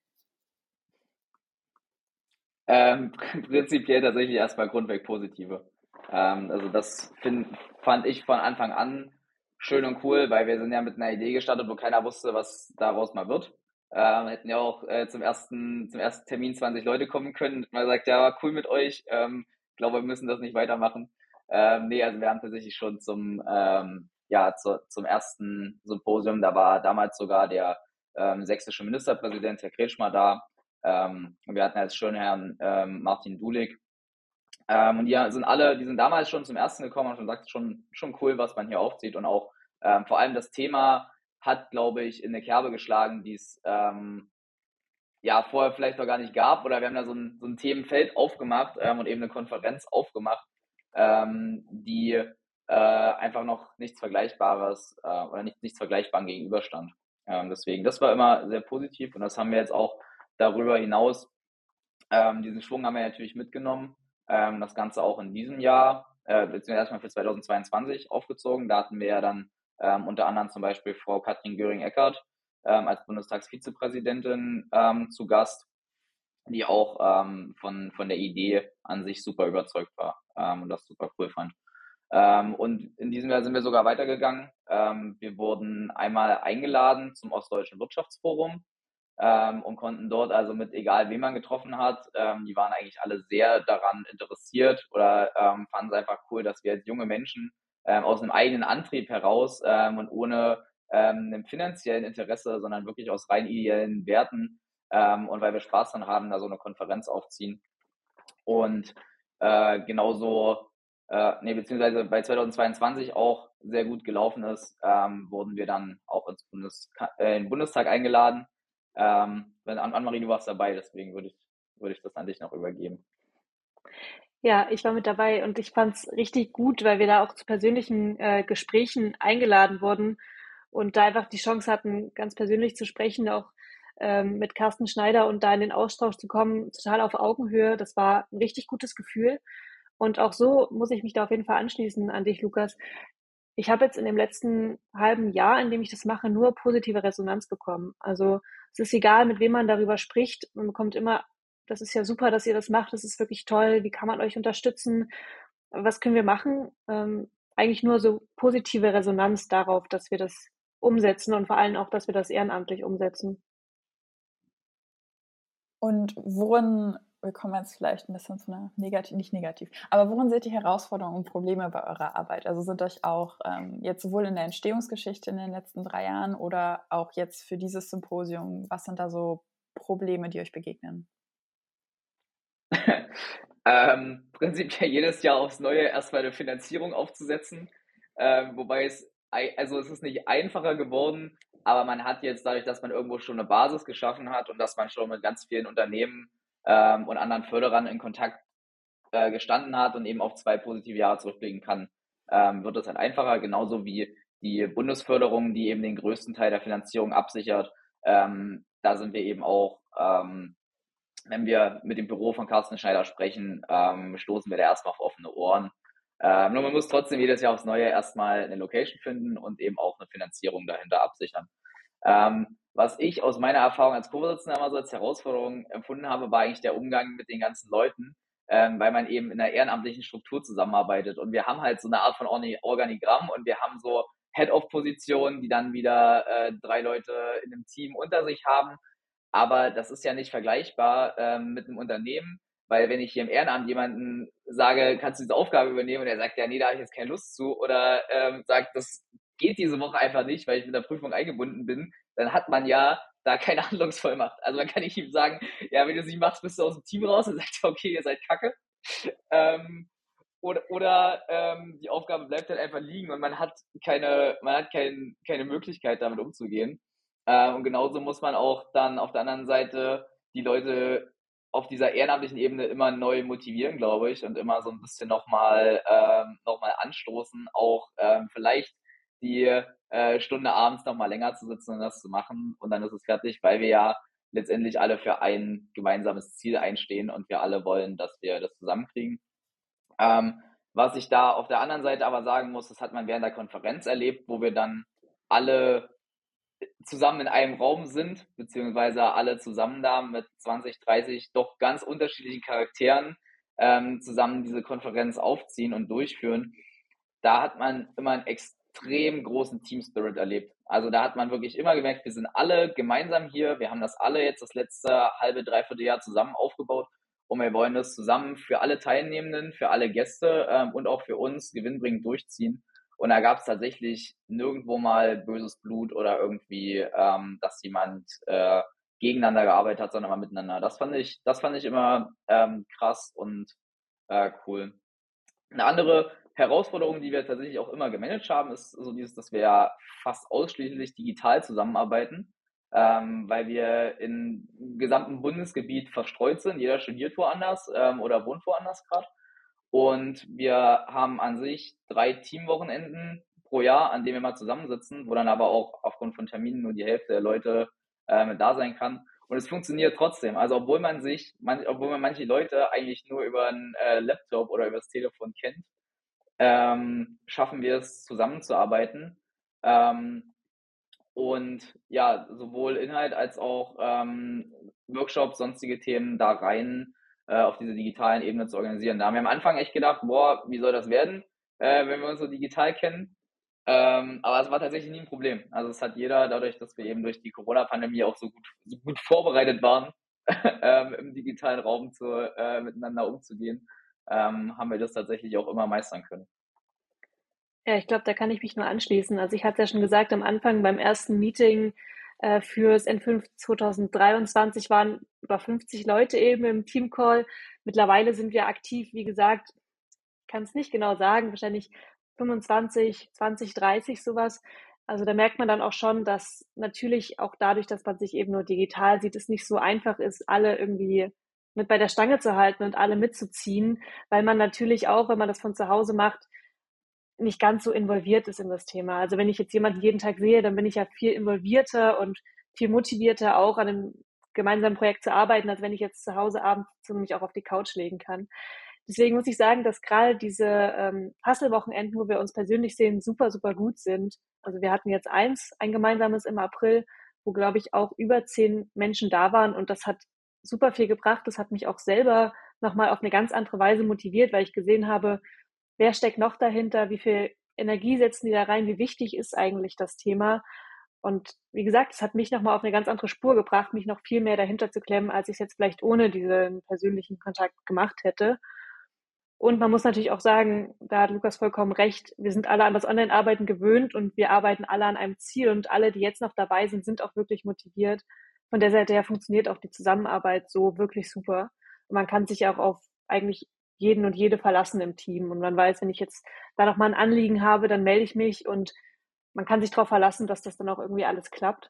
Prinzipiell tatsächlich erstmal grundweg positive. Also das fand ich von Anfang an schön und cool, weil wir sind ja mit einer Idee gestartet, wo keiner wusste, was daraus mal wird. Hätten ja auch zum ersten Termin 20 Leute kommen können. Man sagt, ja, cool mit euch. Ich glaube, wir müssen das nicht weitermachen. Nee, also wir haben tatsächlich schon zum ersten Symposium, da war damals sogar der sächsische Ministerpräsident, Herr Kretschmer, da. Wir hatten als schon Herrn Martin Dulig. Und die sind damals schon zum ersten gekommen und schon gesagt, schon cool, was man hier aufzieht. Und auch vor allem das Thema hat, glaube ich, in eine Kerbe geschlagen, die es vorher vielleicht noch gar nicht gab. Oder wir haben da so ein Themenfeld aufgemacht und eben eine Konferenz aufgemacht, die einfach noch nichts Vergleichbares oder nichts Vergleichbarem gegenüberstand. Deswegen, das war immer sehr positiv und das haben wir jetzt auch darüber hinaus, diesen Schwung haben wir natürlich mitgenommen. Das Ganze auch in diesem Jahr, beziehungsweise erstmal für 2022 aufgezogen. Da hatten wir ja dann unter anderem zum Beispiel Frau Katrin Göring-Eckardt als Bundestagsvizepräsidentin zu Gast, die auch von der Idee an sich super überzeugt war und das super cool fand. Und in diesem Jahr sind wir sogar weitergegangen. Wir wurden einmal eingeladen zum Ostdeutschen Wirtschaftsforum und konnten dort also mit egal wen man getroffen hat, die waren eigentlich alle sehr daran interessiert oder fanden es einfach cool, dass wir als junge Menschen aus einem eigenen Antrieb heraus und ohne einem finanziellen Interesse, sondern wirklich aus rein ideellen Werten und weil wir Spaß dran haben, da so eine Konferenz aufziehen. Und genauso, beziehungsweise bei 2022 auch sehr gut gelaufen ist, wurden wir dann auch in den Bundestag eingeladen. Annemarie, du warst dabei, deswegen würde ich das an dich noch übergeben. Ja, ich war mit dabei und ich fand es richtig gut, weil wir da auch zu persönlichen Gesprächen eingeladen wurden und da einfach die Chance hatten, ganz persönlich zu sprechen, auch mit Carsten Schneider und da in den Austausch zu kommen, total auf Augenhöhe. Das war ein richtig gutes Gefühl. Und auch so muss ich mich da auf jeden Fall anschließen an dich, Lukas. Ich habe jetzt in dem letzten halben Jahr, in dem ich das mache, nur positive Resonanz bekommen. Also es ist egal, mit wem man darüber spricht. Man bekommt immer, das ist ja super, dass ihr das macht, das ist wirklich toll. Wie kann man euch unterstützen? Was können wir machen? Eigentlich nur so positive Resonanz darauf, dass wir das umsetzen und vor allem auch, dass wir das ehrenamtlich umsetzen. Und wir kommen jetzt vielleicht ein bisschen zu einer nicht negativ, aber worin seht ihr Herausforderungen und Probleme bei eurer Arbeit? Also sind euch auch jetzt sowohl in der Entstehungsgeschichte in den letzten 3 Jahren oder auch jetzt für dieses Symposium, was sind da so Probleme, die euch begegnen? Prinzipiell jedes Jahr aufs Neue erstmal eine Finanzierung aufzusetzen, wobei es ist nicht einfacher geworden, aber man hat jetzt dadurch, dass man irgendwo schon eine Basis geschaffen hat und dass man schon mit ganz vielen Unternehmen und anderen Förderern in Kontakt gestanden hat und eben auf 2 positive Jahre zurückblicken kann, wird es halt einfacher, genauso wie die Bundesförderung, die eben den größten Teil der Finanzierung absichert, Da sind wir eben auch, wenn wir mit dem Büro von Carsten Schneider sprechen, stoßen wir da erstmal auf offene Ohren. Nur man muss trotzdem jedes Jahr aufs Neue erstmal eine Location finden und eben auch eine Finanzierung dahinter absichern. Was ich aus meiner Erfahrung als Co-Vorsitzender immer so als Herausforderung empfunden habe, war eigentlich der Umgang mit den ganzen Leuten, weil man eben in einer ehrenamtlichen Struktur zusammenarbeitet. Und wir haben halt so eine Art von Organigramm und wir haben so Head-of-Positionen, die dann wieder 3 Leute in einem Team unter sich haben. Aber das ist ja nicht vergleichbar mit einem Unternehmen, weil wenn ich hier im Ehrenamt jemanden sage, kannst du diese Aufgabe übernehmen und er sagt, ja, nee, da habe ich jetzt keine Lust zu oder sagt, das geht diese Woche einfach nicht, weil ich mit der Prüfung eingebunden bin, dann hat man ja da keine Handlungsvollmacht. Also dann kann ich ihm sagen, ja, wenn du es nicht machst, bist du aus dem Team raus und sagt, okay, ihr seid kacke. Ähm, oder die Aufgabe bleibt halt einfach liegen und keine Möglichkeit, damit umzugehen. Und genauso muss man auch dann auf der anderen Seite die Leute auf dieser ehrenamtlichen Ebene immer neu motivieren, glaube ich, und immer so ein bisschen noch mal anstoßen, auch vielleicht die Stunde abends noch mal länger zu sitzen und das zu machen. Und dann ist es fertig, weil wir ja letztendlich alle für ein gemeinsames Ziel einstehen und wir alle wollen, dass wir das zusammenkriegen. Was ich da auf der anderen Seite aber sagen muss, das hat man während der Konferenz erlebt, wo wir dann alle zusammen in einem Raum sind, beziehungsweise alle zusammen da mit 20, 30 doch ganz unterschiedlichen Charakteren zusammen diese Konferenz aufziehen und durchführen. Da hat man immer einen extrem großen Team-Spirit erlebt. Also da hat man wirklich immer gemerkt, wir sind alle gemeinsam hier, wir haben das alle jetzt das letzte halbe, dreiviertel Jahr zusammen aufgebaut und wir wollen das zusammen für alle Teilnehmenden, für alle Gäste und auch für uns gewinnbringend durchziehen. Und da gab es tatsächlich nirgendwo mal böses Blut oder irgendwie, dass jemand gegeneinander gearbeitet hat, sondern mal miteinander. Das fand ich immer krass und cool. Eine andere Herausforderung, die wir tatsächlich auch immer gemanagt haben, ist so dieses, dass wir ja fast ausschließlich digital zusammenarbeiten, weil wir im gesamten Bundesgebiet verstreut sind. Jeder studiert woanders oder wohnt woanders gerade. Und wir haben an sich 3 Teamwochenenden pro Jahr, an denen wir mal zusammensitzen, wo dann aber auch aufgrund von Terminen nur die Hälfte der Leute da sein kann. Und es funktioniert trotzdem. Also obwohl man manche Leute eigentlich nur über einen Laptop oder über das Telefon kennt, schaffen wir es zusammenzuarbeiten. Und ja, sowohl Inhalt als auch Workshops, sonstige Themen da rein auf diese digitalen Ebene zu organisieren. Da haben wir am Anfang echt gedacht, boah, wie soll das werden, wenn wir uns so digital kennen? Aber es war tatsächlich nie ein Problem. Also es hat jeder, dadurch, dass wir eben durch die Corona-Pandemie auch so gut vorbereitet waren, im digitalen Raum miteinander umzugehen, haben wir das tatsächlich auch immer meistern können. Ja, ich glaube, da kann ich mich nur anschließen. Also ich hatte ja schon gesagt, am Anfang beim ersten Meeting fürs N5 2023 waren über 50 Leute eben im Teamcall. Mittlerweile sind wir aktiv, wie gesagt, kann es nicht genau sagen, wahrscheinlich 25, 20, 30 sowas. Also da merkt man dann auch schon, dass natürlich auch dadurch, dass man sich eben nur digital sieht, es nicht so einfach ist, alle irgendwie mit bei der Stange zu halten und alle mitzuziehen, weil man natürlich auch, wenn man das von zu Hause macht, nicht ganz so involviert ist in das Thema. Also wenn ich jetzt jemanden jeden Tag sehe, dann bin ich ja viel involvierter und viel motivierter auch an einem gemeinsamen Projekt zu arbeiten, als wenn ich jetzt zu Hause abends mich auch auf die Couch legen kann. Deswegen muss ich sagen, dass gerade diese Hustle-Wochenenden, wo wir uns persönlich sehen, super, super gut sind. Also wir hatten jetzt ein gemeinsames im April, wo, glaube ich, auch über 10 Menschen da waren und das hat super viel gebracht. Das hat mich auch selber nochmal auf eine ganz andere Weise motiviert, weil ich gesehen habe, wer steckt noch dahinter, wie viel Energie setzen die da rein, wie wichtig ist eigentlich das Thema. Und wie gesagt, es hat mich nochmal auf eine ganz andere Spur gebracht, mich noch viel mehr dahinter zu klemmen, als ich es jetzt vielleicht ohne diesen persönlichen Kontakt gemacht hätte. Und man muss natürlich auch sagen, da hat Lukas vollkommen recht, wir sind alle an das Online-Arbeiten gewöhnt und wir arbeiten alle an einem Ziel und alle, die jetzt noch dabei sind, sind auch wirklich motiviert. Von der Seite her funktioniert auch die Zusammenarbeit so wirklich super. Und man kann sich auch auf eigentlich jeden und jede verlassen im Team. Und man weiß, wenn ich jetzt da noch mal ein Anliegen habe, dann melde ich mich und man kann sich darauf verlassen, dass das dann auch irgendwie alles klappt.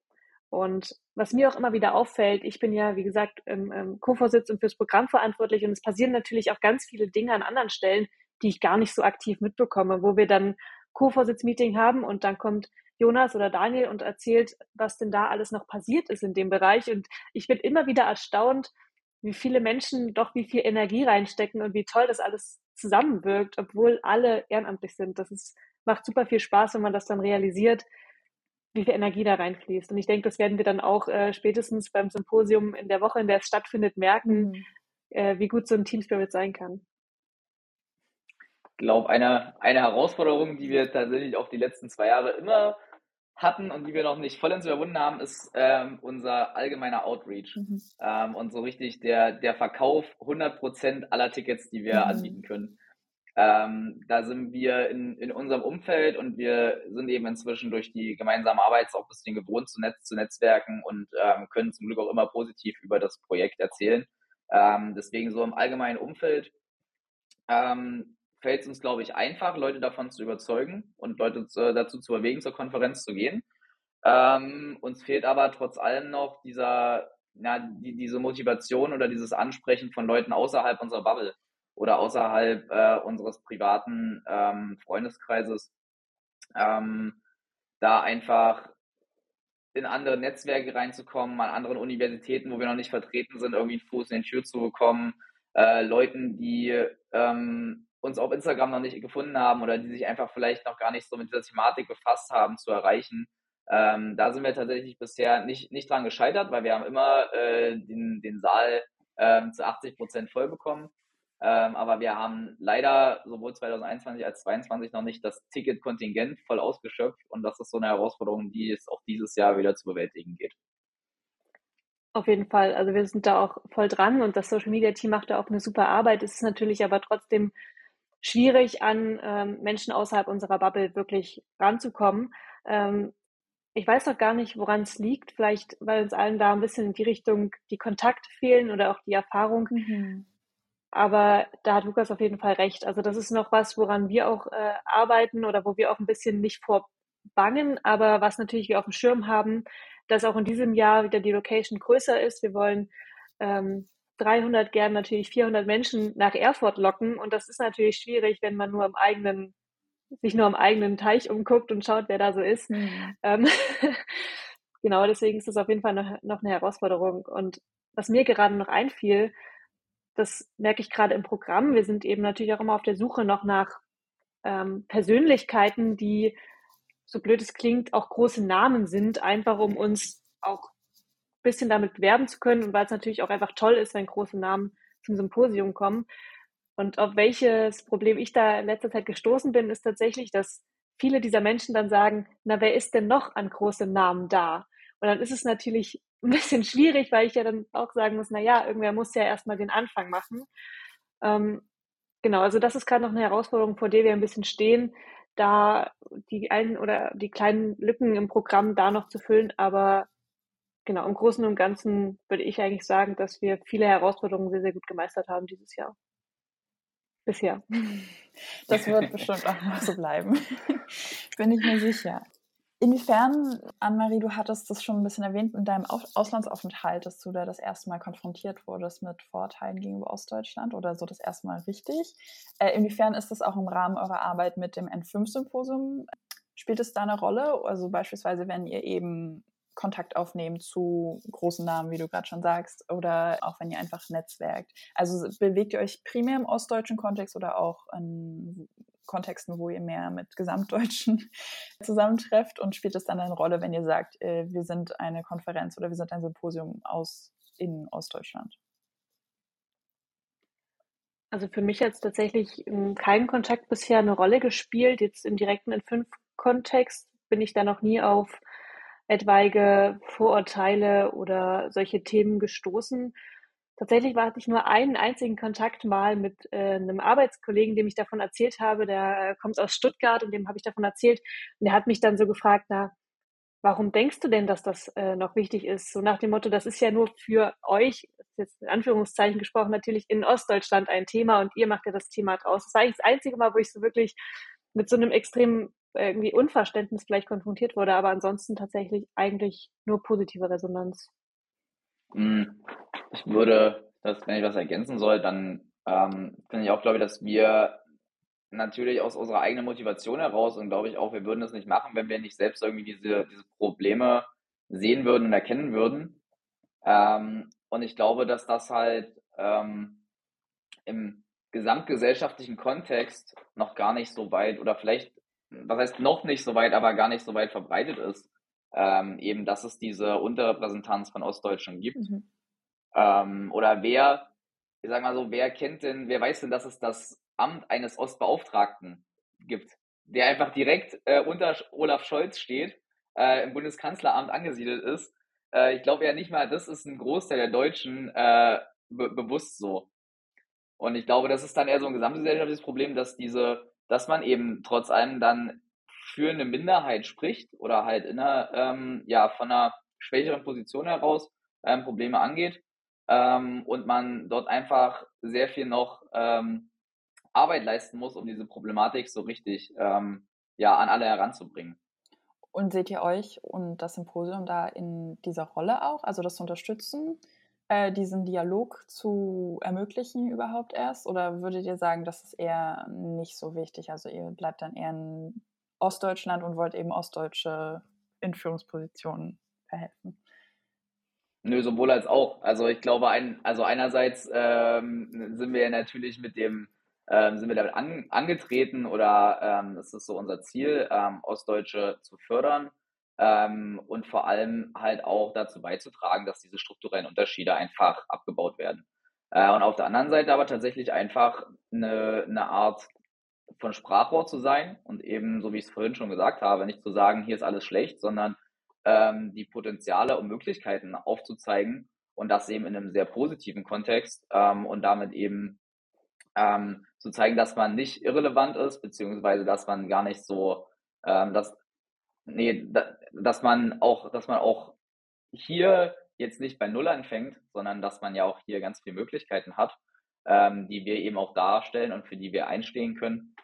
Und was mir auch immer wieder auffällt, ich bin ja, wie gesagt, im Co-Vorsitz und fürs Programm verantwortlich und es passieren natürlich auch ganz viele Dinge an anderen Stellen, die ich gar nicht so aktiv mitbekomme, wo wir dann Co-Vorsitz-Meeting haben und dann kommt Jonas oder Daniel und erzählt, was denn da alles noch passiert ist in dem Bereich. Und ich bin immer wieder erstaunt, wie viele Menschen doch wie viel Energie reinstecken und wie toll das alles zusammenwirkt, obwohl alle ehrenamtlich sind. Macht super viel Spaß, wenn man das dann realisiert, wie viel Energie da reinfließt. Und ich denke, das werden wir dann auch spätestens beim Symposium in der Woche, in der es stattfindet, merken, wie gut so ein Team Spirit sein kann. Ich glaube, eine Herausforderung, die wir tatsächlich auch die letzten 2 Jahre immer hatten und die wir noch nicht vollends überwunden haben, ist unser allgemeiner Outreach. Und so richtig der Verkauf 100% aller Tickets, die wir anbieten können. Da sind wir in unserem Umfeld und wir sind eben inzwischen durch die gemeinsame Arbeit auch ein bisschen gewohnt zu netzwerken und können zum Glück auch immer positiv über das Projekt erzählen. Deswegen so im allgemeinen Umfeld fällt es uns, glaube ich, einfach, Leute davon zu überzeugen und Leute dazu zu bewegen, zur Konferenz zu gehen. Uns fehlt aber trotz allem noch diese Motivation oder dieses Ansprechen von Leuten außerhalb unserer Bubble oder außerhalb unseres privaten Freundeskreises, da einfach in andere Netzwerke reinzukommen, an anderen Universitäten, wo wir noch nicht vertreten sind, irgendwie einen Fuß in die Tür zu bekommen, Leuten, die uns auf Instagram noch nicht gefunden haben oder die sich einfach vielleicht noch gar nicht so mit dieser Thematik befasst haben, zu erreichen. Da sind wir tatsächlich bisher nicht dran gescheitert, weil wir haben immer den Saal zu 80% voll bekommen. Aber wir haben leider sowohl 2021 als 2022 noch nicht das Ticketkontingent voll ausgeschöpft und das ist so eine Herausforderung, die es auch dieses Jahr wieder zu bewältigen geht. Auf jeden Fall. Also wir sind da auch voll dran und das Social Media Team macht da auch eine super Arbeit. Es ist natürlich aber trotzdem schwierig, an Menschen außerhalb unserer Bubble wirklich ranzukommen. Ich weiß noch gar nicht, woran es liegt. Vielleicht, weil uns allen da ein bisschen in die Richtung die Kontakte fehlen oder auch die Erfahrung. Aber da hat Lukas auf jeden Fall recht. Also das ist noch was, woran wir auch arbeiten oder wo wir auch ein bisschen nicht vorbangen, aber was natürlich wir auf dem Schirm haben, dass auch in diesem Jahr wieder die Location größer ist. Wir wollen 300, gern natürlich 400 Menschen nach Erfurt locken und das ist natürlich schwierig, wenn man sich nur am eigenen Teich umguckt und schaut, wer da so ist. Genau, deswegen ist das auf jeden Fall noch eine Herausforderung. Und was mir gerade noch einfiel, das merke ich gerade im Programm. Wir sind eben natürlich auch immer auf der Suche noch nach Persönlichkeiten, die, so blöd es klingt, auch große Namen sind, einfach um uns auch ein bisschen damit werben zu können und weil es natürlich auch einfach toll ist, wenn große Namen zum Symposium kommen. Und auf welches Problem ich da in letzter Zeit gestoßen bin, ist tatsächlich, dass viele dieser Menschen dann sagen, na, wer ist denn noch an großen Namen da? Und dann ist es natürlich ein bisschen schwierig, weil ich ja dann auch sagen muss, na ja, irgendwer muss ja erstmal den Anfang machen. Genau, also das ist gerade noch eine Herausforderung, vor der wir ein bisschen stehen, da die einen oder die kleinen Lücken im Programm da noch zu füllen. Aber genau, im Großen und Ganzen würde ich eigentlich sagen, dass wir viele Herausforderungen sehr, sehr gut gemeistert haben dieses Jahr. Bisher. Das wird bestimmt auch noch so bleiben. Bin ich mir sicher. Inwiefern, Annemarie, du hattest das schon ein bisschen erwähnt in deinem Auslandsaufenthalt, dass du da das erste Mal konfrontiert wurdest mit Vorurteilen gegenüber Ostdeutschland oder so das erste Mal richtig. Inwiefern ist das auch im Rahmen eurer Arbeit mit dem N5-Symposium? Spielt es da eine Rolle? Also beispielsweise, wenn ihr eben Kontakt aufnehmt zu großen Namen, wie du gerade schon sagst, oder auch wenn ihr einfach netzwerkt. Also bewegt ihr euch primär im ostdeutschen Kontext oder auch in Kontexten, wo ihr mehr mit Gesamtdeutschen zusammentrefft und spielt es dann eine Rolle, wenn ihr sagt, wir sind eine Konferenz oder wir sind ein Symposium in Ostdeutschland? Also für mich hat es tatsächlich keinen Kontakt bisher eine Rolle gespielt. Jetzt im direkten N5-Kontext bin ich da noch nie auf etwaige Vorurteile oder solche Themen gestoßen. Tatsächlich hatte ich nur einen einzigen Kontakt mal mit einem Arbeitskollegen, dem ich davon erzählt habe. Der kommt aus Stuttgart und dem habe ich davon erzählt. Und der hat mich dann so gefragt, na, warum denkst du denn, dass das noch wichtig ist? So nach dem Motto, das ist ja nur für euch, das ist jetzt in Anführungszeichen gesprochen, natürlich in Ostdeutschland ein Thema und ihr macht ja das Thema draus. Das war eigentlich das einzige Mal, wo ich so wirklich mit so einem extremen irgendwie Unverständnis vielleicht konfrontiert wurde, aber ansonsten tatsächlich eigentlich nur positive Resonanz. Ich würde, wenn ich was ergänzen soll, dann finde ich auch, glaube ich, dass wir natürlich aus unserer eigenen Motivation heraus und glaube ich auch, wir würden das nicht machen, wenn wir nicht selbst irgendwie diese Probleme sehen würden und erkennen würden. Und ich glaube, dass das halt im gesamtgesellschaftlichen Kontext noch gar nicht so weit oder vielleicht, was heißt noch nicht so weit, aber gar nicht so weit verbreitet ist, eben, dass es diese Unterrepräsentanz von Ostdeutschen gibt. Mhm. Oder ich sag mal so, wer weiß denn, dass es das Amt eines Ostbeauftragten gibt, der einfach direkt unter Olaf Scholz steht, im Bundeskanzleramt angesiedelt ist. Ich glaube ja nicht mal, das ist ein Großteil der Deutschen bewusst so. Und ich glaube, das ist dann eher so ein gesamtgesellschaftliches Problem, dass man eben trotz allem dann für eine Minderheit spricht oder halt von einer schwächeren Position heraus Probleme angeht, und man dort einfach sehr viel noch Arbeit leisten muss, um diese Problematik so richtig an alle heranzubringen. Und seht ihr euch und das Symposium da in dieser Rolle auch, also das zu unterstützen, diesen Dialog zu ermöglichen überhaupt erst? Oder würdet ihr sagen, das ist eher nicht so wichtig? Also ihr bleibt dann eher in Ostdeutschland und wollt eben Ostdeutsche in Führungspositionen verhelfen? Nö, sowohl als auch. Also ich glaube, einerseits sind wir ja natürlich sind wir damit angetreten oder es ist so unser Ziel, Ostdeutsche zu fördern, und vor allem halt auch dazu beizutragen, dass diese strukturellen Unterschiede einfach abgebaut werden. Und auf der anderen Seite aber tatsächlich einfach eine Art von Sprachrohr zu sein und eben, so wie ich es vorhin schon gesagt habe, nicht zu sagen, hier ist alles schlecht, sondern die Potenziale und Möglichkeiten aufzuzeigen und das eben in einem sehr positiven Kontext, und damit eben zu zeigen, dass man nicht irrelevant ist, beziehungsweise dass man gar nicht so, dass, nee, dass man auch hier jetzt nicht bei Null anfängt, sondern dass man ja auch hier ganz viele Möglichkeiten hat, die wir eben auch darstellen und für die wir einstehen können.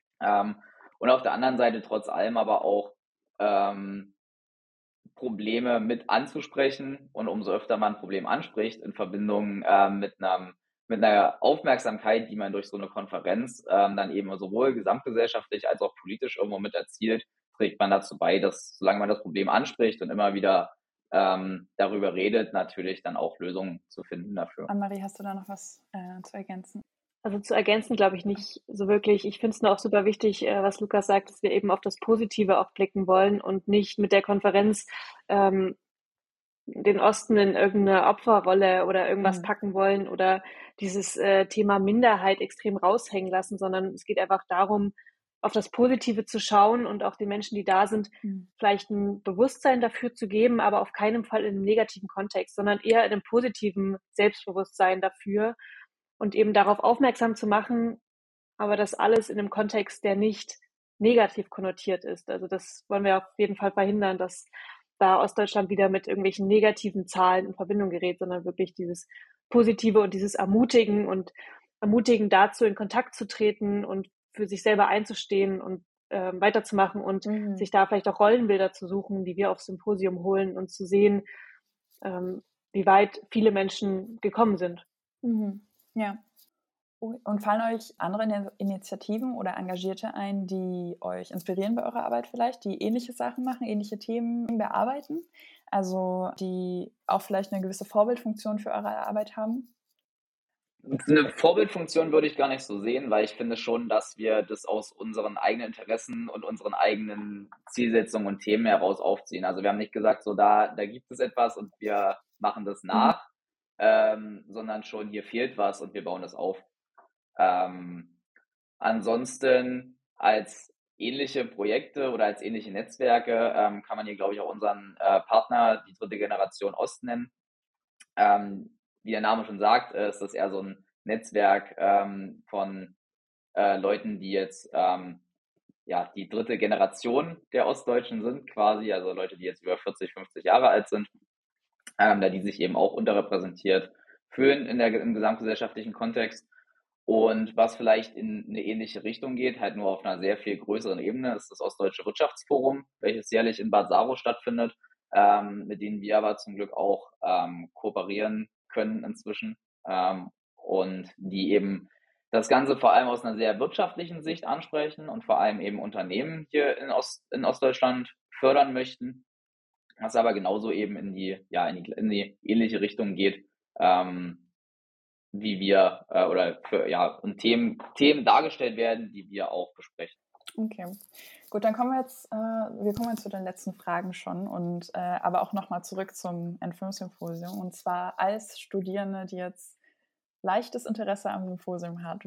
Und auf der anderen Seite trotz allem aber auch ähm, Probleme mit anzusprechen und umso öfter man ein Problem anspricht in Verbindung mit einer Aufmerksamkeit, die man durch so eine Konferenz dann eben sowohl gesamtgesellschaftlich als auch politisch irgendwo mit erzielt, trägt man dazu bei, dass solange man das Problem anspricht und immer wieder darüber redet, natürlich dann auch Lösungen zu finden dafür. Annemarie, hast du da noch was zu ergänzen? Also zu ergänzen glaube ich nicht so wirklich. Ich finde es nur auch super wichtig, was Lukas sagt, dass wir eben auf das Positive auch blicken wollen und nicht mit der Konferenz den Osten in irgendeine Opferrolle oder irgendwas packen wollen oder dieses Thema Minderheit extrem raushängen lassen, sondern es geht einfach darum, auf das Positive zu schauen und auch den Menschen, die da sind, vielleicht ein Bewusstsein dafür zu geben, aber auf keinen Fall in einem negativen Kontext, sondern eher in einem positiven Selbstbewusstsein dafür und eben darauf aufmerksam zu machen, aber das alles in einem Kontext, der nicht negativ konnotiert ist. Also das wollen wir auf jeden Fall verhindern, dass da Ostdeutschland wieder mit irgendwelchen negativen Zahlen in Verbindung gerät, sondern wirklich dieses Positive und dieses Ermutigen dazu, in Kontakt zu treten und für sich selber einzustehen und weiterzumachen und sich da vielleicht auch Rollenbilder zu suchen, die wir aufs Symposium holen und zu sehen, wie weit viele Menschen gekommen sind. Ja. Und fallen euch andere Initiativen oder Engagierte ein, die euch inspirieren bei eurer Arbeit vielleicht, die ähnliche Sachen machen, ähnliche Themen bearbeiten? Also die auch vielleicht eine gewisse Vorbildfunktion für eure Arbeit haben? Eine Vorbildfunktion würde ich gar nicht so sehen, weil ich finde schon, dass wir das aus unseren eigenen Interessen und unseren eigenen Zielsetzungen und Themen heraus aufziehen. Also wir haben nicht gesagt, so da gibt es etwas und wir machen das nach, sondern schon hier fehlt was und wir bauen das auf. Ansonsten als ähnliche Projekte oder als ähnliche Netzwerke kann man hier, glaube ich, auch unseren Partner, die dritte Generation Ost nennen. Wie der Name schon sagt, ist das eher so ein Netzwerk von Leuten, die jetzt die dritte Generation der Ostdeutschen sind quasi, also Leute, die jetzt über 40, 50 Jahre alt sind, da die sich eben auch unterrepräsentiert fühlen im gesamtgesellschaftlichen Kontext. Und was vielleicht in eine ähnliche Richtung geht, halt nur auf einer sehr viel größeren Ebene, ist das Ostdeutsche Wirtschaftsforum, welches jährlich in Bad Saro stattfindet, mit denen wir aber zum Glück auch kooperieren können inzwischen, und die eben das Ganze vor allem aus einer sehr wirtschaftlichen Sicht ansprechen und vor allem eben Unternehmen hier in Ostdeutschland fördern möchten, was aber genauso eben in die ähnliche Richtung geht, wie wir und Themen dargestellt werden, die wir auch besprechen. Okay, gut, dann kommen wir kommen jetzt zu den letzten Fragen schon und aber auch nochmal zurück zum N5-Symposium, und zwar als Studierende, die jetzt leichtes Interesse am Symposium hat,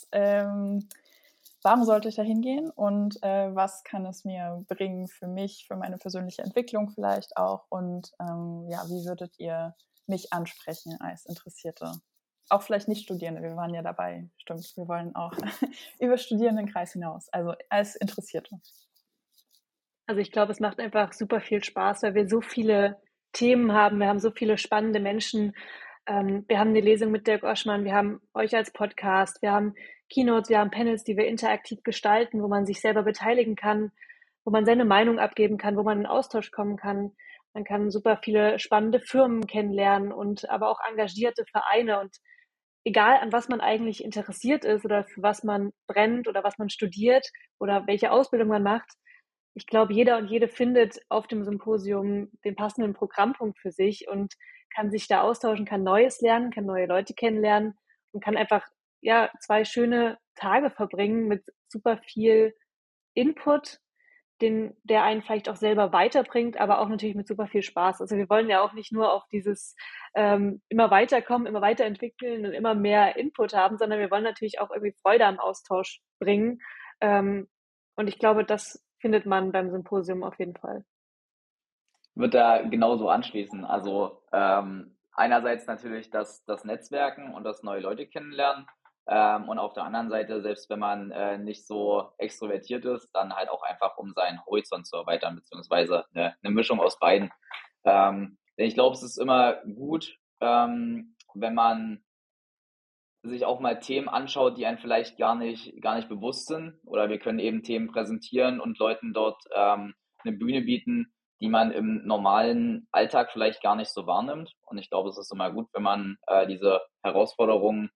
warum sollte ich da hingehen und was kann es mir bringen für mich, für meine persönliche Entwicklung vielleicht auch, und wie würdet ihr mich ansprechen als Interessierte? Auch vielleicht nicht Studierende, wir waren ja dabei, stimmt, wir wollen auch über Studierendenkreis hinaus, also als Interessierte. Also ich glaube, es macht einfach super viel Spaß, weil wir so viele Themen haben, wir haben so viele spannende Menschen. Wir haben eine Lesung mit Dirk Oschmann, wir haben euch als Podcast, wir haben Keynotes, wir haben Panels, die wir interaktiv gestalten, wo man sich selber beteiligen kann, wo man seine Meinung abgeben kann, wo man in Austausch kommen kann. Man kann super viele spannende Firmen kennenlernen und aber auch engagierte Vereine, und egal an was man eigentlich interessiert ist oder für was man brennt oder was man studiert oder welche Ausbildung man macht, ich glaube, jeder und jede findet auf dem Symposium den passenden Programmpunkt für sich und kann sich da austauschen, kann Neues lernen, kann neue Leute kennenlernen und kann einfach 2 schöne Tage verbringen mit super viel Input, der einen vielleicht auch selber weiterbringt, aber auch natürlich mit super viel Spaß. Also wir wollen ja auch nicht nur auf dieses immer weiterkommen, immer weiterentwickeln und immer mehr Input haben, sondern wir wollen natürlich auch irgendwie Freude am Austausch bringen. Und ich glaube, das findet man beim Symposium auf jeden Fall. Wird da genauso anschließen. Also einerseits natürlich das Netzwerken und das neue Leute kennenlernen. Und auf der anderen Seite, selbst wenn man nicht so extrovertiert ist, dann halt auch einfach, um seinen Horizont zu erweitern, beziehungsweise eine Mischung aus beiden. Denn ich glaube, es ist immer gut, wenn man sich auch mal Themen anschaut, die einem vielleicht gar nicht bewusst sind. Oder wir können eben Themen präsentieren und Leuten dort eine Bühne bieten, die man im normalen Alltag vielleicht gar nicht so wahrnimmt. Und ich glaube, es ist immer gut, wenn man diese Herausforderungen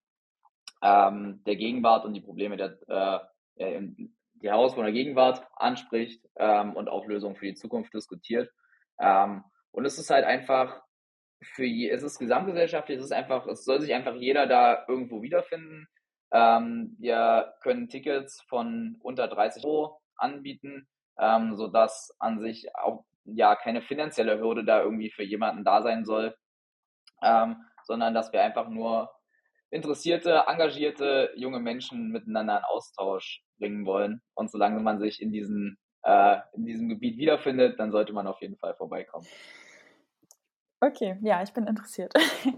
der Gegenwart und die Probleme die Herausforderungen der Gegenwart anspricht und auch Lösungen für die Zukunft diskutiert. Und es ist halt einfach es ist gesamtgesellschaftlich, es soll sich einfach jeder da irgendwo wiederfinden. Wir können Tickets von unter 30 € anbieten, sodass an sich auch keine finanzielle Hürde da irgendwie für jemanden da sein soll, sondern dass wir einfach nur interessierte, engagierte junge Menschen miteinander in Austausch bringen wollen. Und solange man sich in diesem Gebiet wiederfindet, dann sollte man auf jeden Fall vorbeikommen. Okay, ja, ich bin interessiert.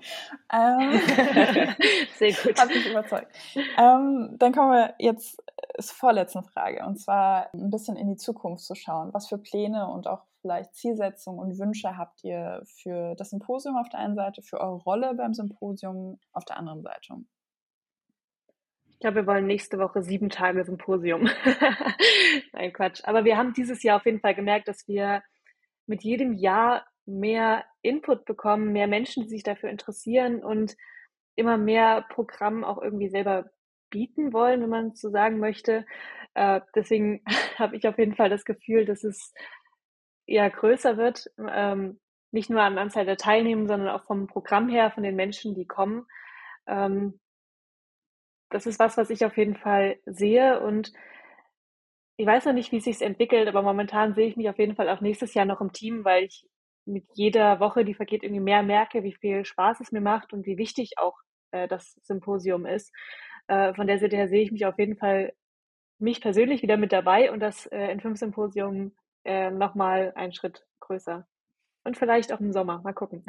Sehr gut. Hat mich überzeugt. Dann kommen wir jetzt zur vorletzten Frage, und zwar ein bisschen in die Zukunft zu schauen. Was für Pläne und auch vielleicht Zielsetzungen und Wünsche habt ihr für das Symposium auf der einen Seite, für eure Rolle beim Symposium auf der anderen Seite? Ich glaube, wir wollen nächste Woche 7 Tage Symposium. Nein, Quatsch. Aber wir haben dieses Jahr auf jeden Fall gemerkt, dass wir mit jedem Jahr mehr Input bekommen, mehr Menschen, die sich dafür interessieren und immer mehr Programm auch irgendwie selber bieten wollen, wenn man es so sagen möchte. Deswegen habe ich auf jeden Fall das Gefühl, dass es eher größer wird, nicht nur an Anzahl der Teilnehmer, sondern auch vom Programm her, von den Menschen, die kommen. Das ist was ich auf jeden Fall sehe, und ich weiß noch nicht, wie es sich entwickelt, aber momentan sehe ich mich auf jeden Fall auch nächstes Jahr noch im Team, weil ich mit jeder Woche, die vergeht, irgendwie mehr merke, wie viel Spaß es mir macht und wie wichtig auch das Symposium ist. Von der Seite her sehe ich mich auf jeden Fall, mich persönlich wieder mit dabei, und das N5-Symposium nochmal einen Schritt größer. Und vielleicht auch im Sommer. Mal gucken.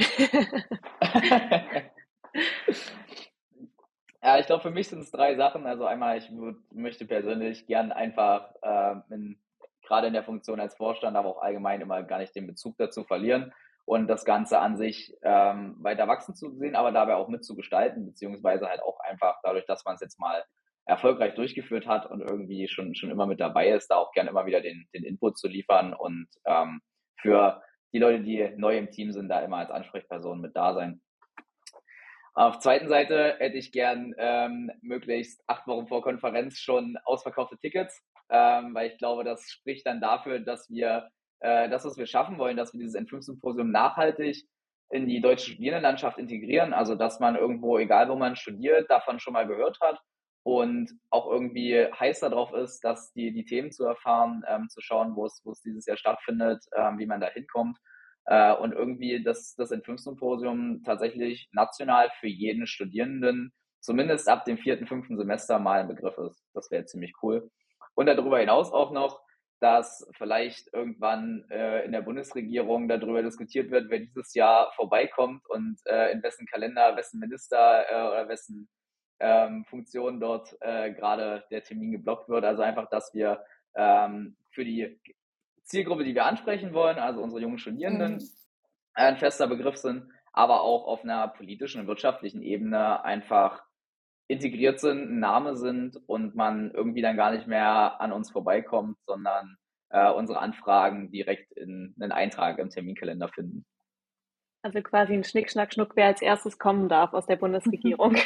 Ja, ich glaube, für mich sind es 3 Sachen. Also einmal, möchte persönlich gern einfach gerade in der Funktion als Vorstand, aber auch allgemein immer gar nicht den Bezug dazu verlieren und das Ganze an sich weiter wachsen zu sehen, aber dabei auch mitzugestalten, beziehungsweise halt auch einfach dadurch, dass man es jetzt mal erfolgreich durchgeführt hat und irgendwie schon immer mit dabei ist, da auch gern immer wieder den Input zu liefern und für die Leute, die neu im Team sind, da immer als Ansprechperson mit da sein. Auf der zweiten Seite hätte ich gern möglichst 8 Wochen vor Konferenz schon ausverkaufte Tickets, weil ich glaube, das spricht dann dafür, dass wir das, was wir schaffen wollen, dass wir dieses N5-Symposium nachhaltig in die deutsche Studierendenlandschaft integrieren, also dass man irgendwo, egal wo man studiert, davon schon mal gehört hat und auch irgendwie heiß darauf ist, dass die Themen zu erfahren, zu schauen, wo es dieses Jahr stattfindet, wie man da hinkommt. Und irgendwie das N5-Symposium tatsächlich national für jeden Studierenden, zumindest ab dem 4., 5. Semester mal ein Begriff ist. Das wäre ziemlich cool. Und darüber hinaus auch noch, dass vielleicht irgendwann in der Bundesregierung darüber diskutiert wird, wer dieses Jahr vorbeikommt und in wessen Kalender, wessen Minister oder wessen Funktion dort gerade der Termin geblockt wird. Also einfach, dass wir für die Zielgruppe, die wir ansprechen wollen, also unsere jungen Studierenden, ein fester Begriff sind, aber auch auf einer politischen und wirtschaftlichen Ebene einfach integriert sind, ein Name sind und man irgendwie dann gar nicht mehr an uns vorbeikommt, sondern unsere Anfragen direkt in einen Eintrag im Terminkalender finden. Also quasi ein Schnick, Schnack, Schnuck, wer als erstes kommen darf aus der Bundesregierung.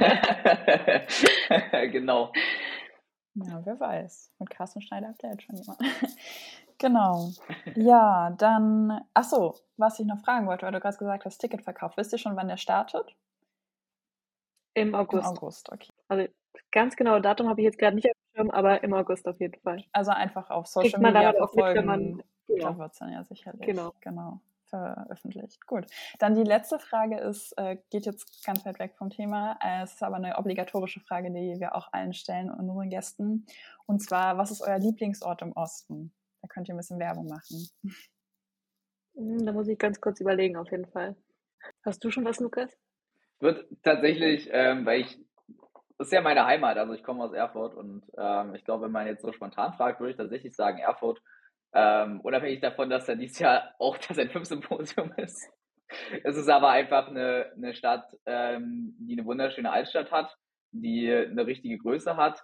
Genau. Ja, wer weiß. Mit Carsten Schneider vielleicht schon jemand. Genau. Ja, dann, achso, was ich noch fragen wollte, weil du gerade gesagt hast, Ticketverkauf. Wisst ihr schon, wann der startet? Im August. Im August, okay. Also ganz genau Datum habe ich jetzt gerade nicht auf dem Schirm, aber im August auf jeden Fall. Also einfach auf Social Kriegt man Media dann auch mit, verfolgen. wenn man, genau. Da wird es dann ja sicherlich Genau. veröffentlicht. Gut. Dann die letzte Frage ist, geht jetzt ganz weit weg vom Thema. Es ist aber eine obligatorische Frage, die wir auch allen stellen, unseren Gästen. Und zwar, was ist euer Lieblingsort im Osten? Da könnt ihr ein bisschen Werbung machen. Da muss ich ganz kurz überlegen, auf jeden Fall. Hast du schon was, Lukas? Wird tatsächlich, weil das ist ja meine Heimat, also ich komme aus Erfurt und ich glaube, wenn man jetzt so spontan fragt, würde ich tatsächlich sagen Erfurt. Unabhängig davon, dass da dieses Jahr auch das N5-Symposium ist. Es ist aber einfach eine Stadt, die eine wunderschöne Altstadt hat, die eine richtige Größe hat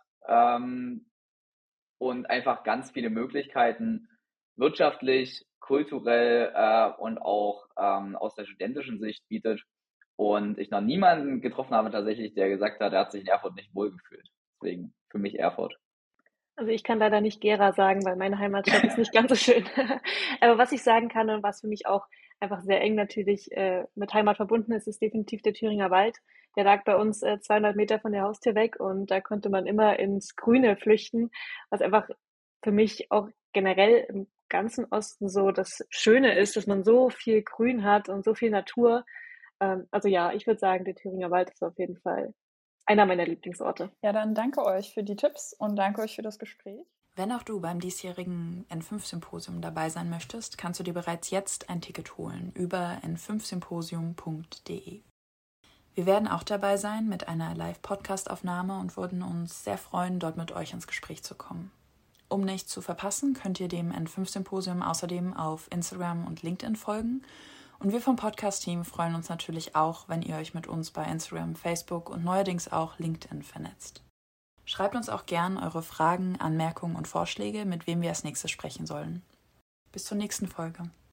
und einfach ganz viele Möglichkeiten wirtschaftlich, kulturell und auch aus der studentischen Sicht bietet. Und ich noch niemanden getroffen habe tatsächlich, der gesagt hat, er hat sich in Erfurt nicht wohlgefühlt. Deswegen für mich Erfurt. Also ich kann leider nicht Gera sagen, weil meine Heimatstadt ist nicht ganz so schön. Aber was ich sagen kann und was für mich auch einfach sehr eng natürlich mit Heimat verbunden ist, ist definitiv der Thüringer Wald. Der lag bei uns 200 Meter von der Haustür weg und da konnte man immer ins Grüne flüchten, was einfach für mich auch generell im ganzen Osten so das Schöne ist, dass man so viel Grün hat und so viel Natur. Also ja, ich würde sagen, der Thüringer Wald ist auf jeden Fall einer meiner Lieblingsorte. Ja, dann danke euch für die Tipps und danke euch für das Gespräch. Wenn auch du beim diesjährigen N5-Symposium dabei sein möchtest, kannst du dir bereits jetzt ein Ticket holen über n5symposium.de. Wir werden auch dabei sein mit einer Live-Podcast-Aufnahme und würden uns sehr freuen, dort mit euch ins Gespräch zu kommen. Um nichts zu verpassen, könnt ihr dem N5-Symposium außerdem auf Instagram und LinkedIn folgen. Und wir vom Podcast-Team freuen uns natürlich auch, wenn ihr euch mit uns bei Instagram, Facebook und neuerdings auch LinkedIn vernetzt. Schreibt uns auch gern eure Fragen, Anmerkungen und Vorschläge, mit wem wir als nächstes sprechen sollen. Bis zur nächsten Folge.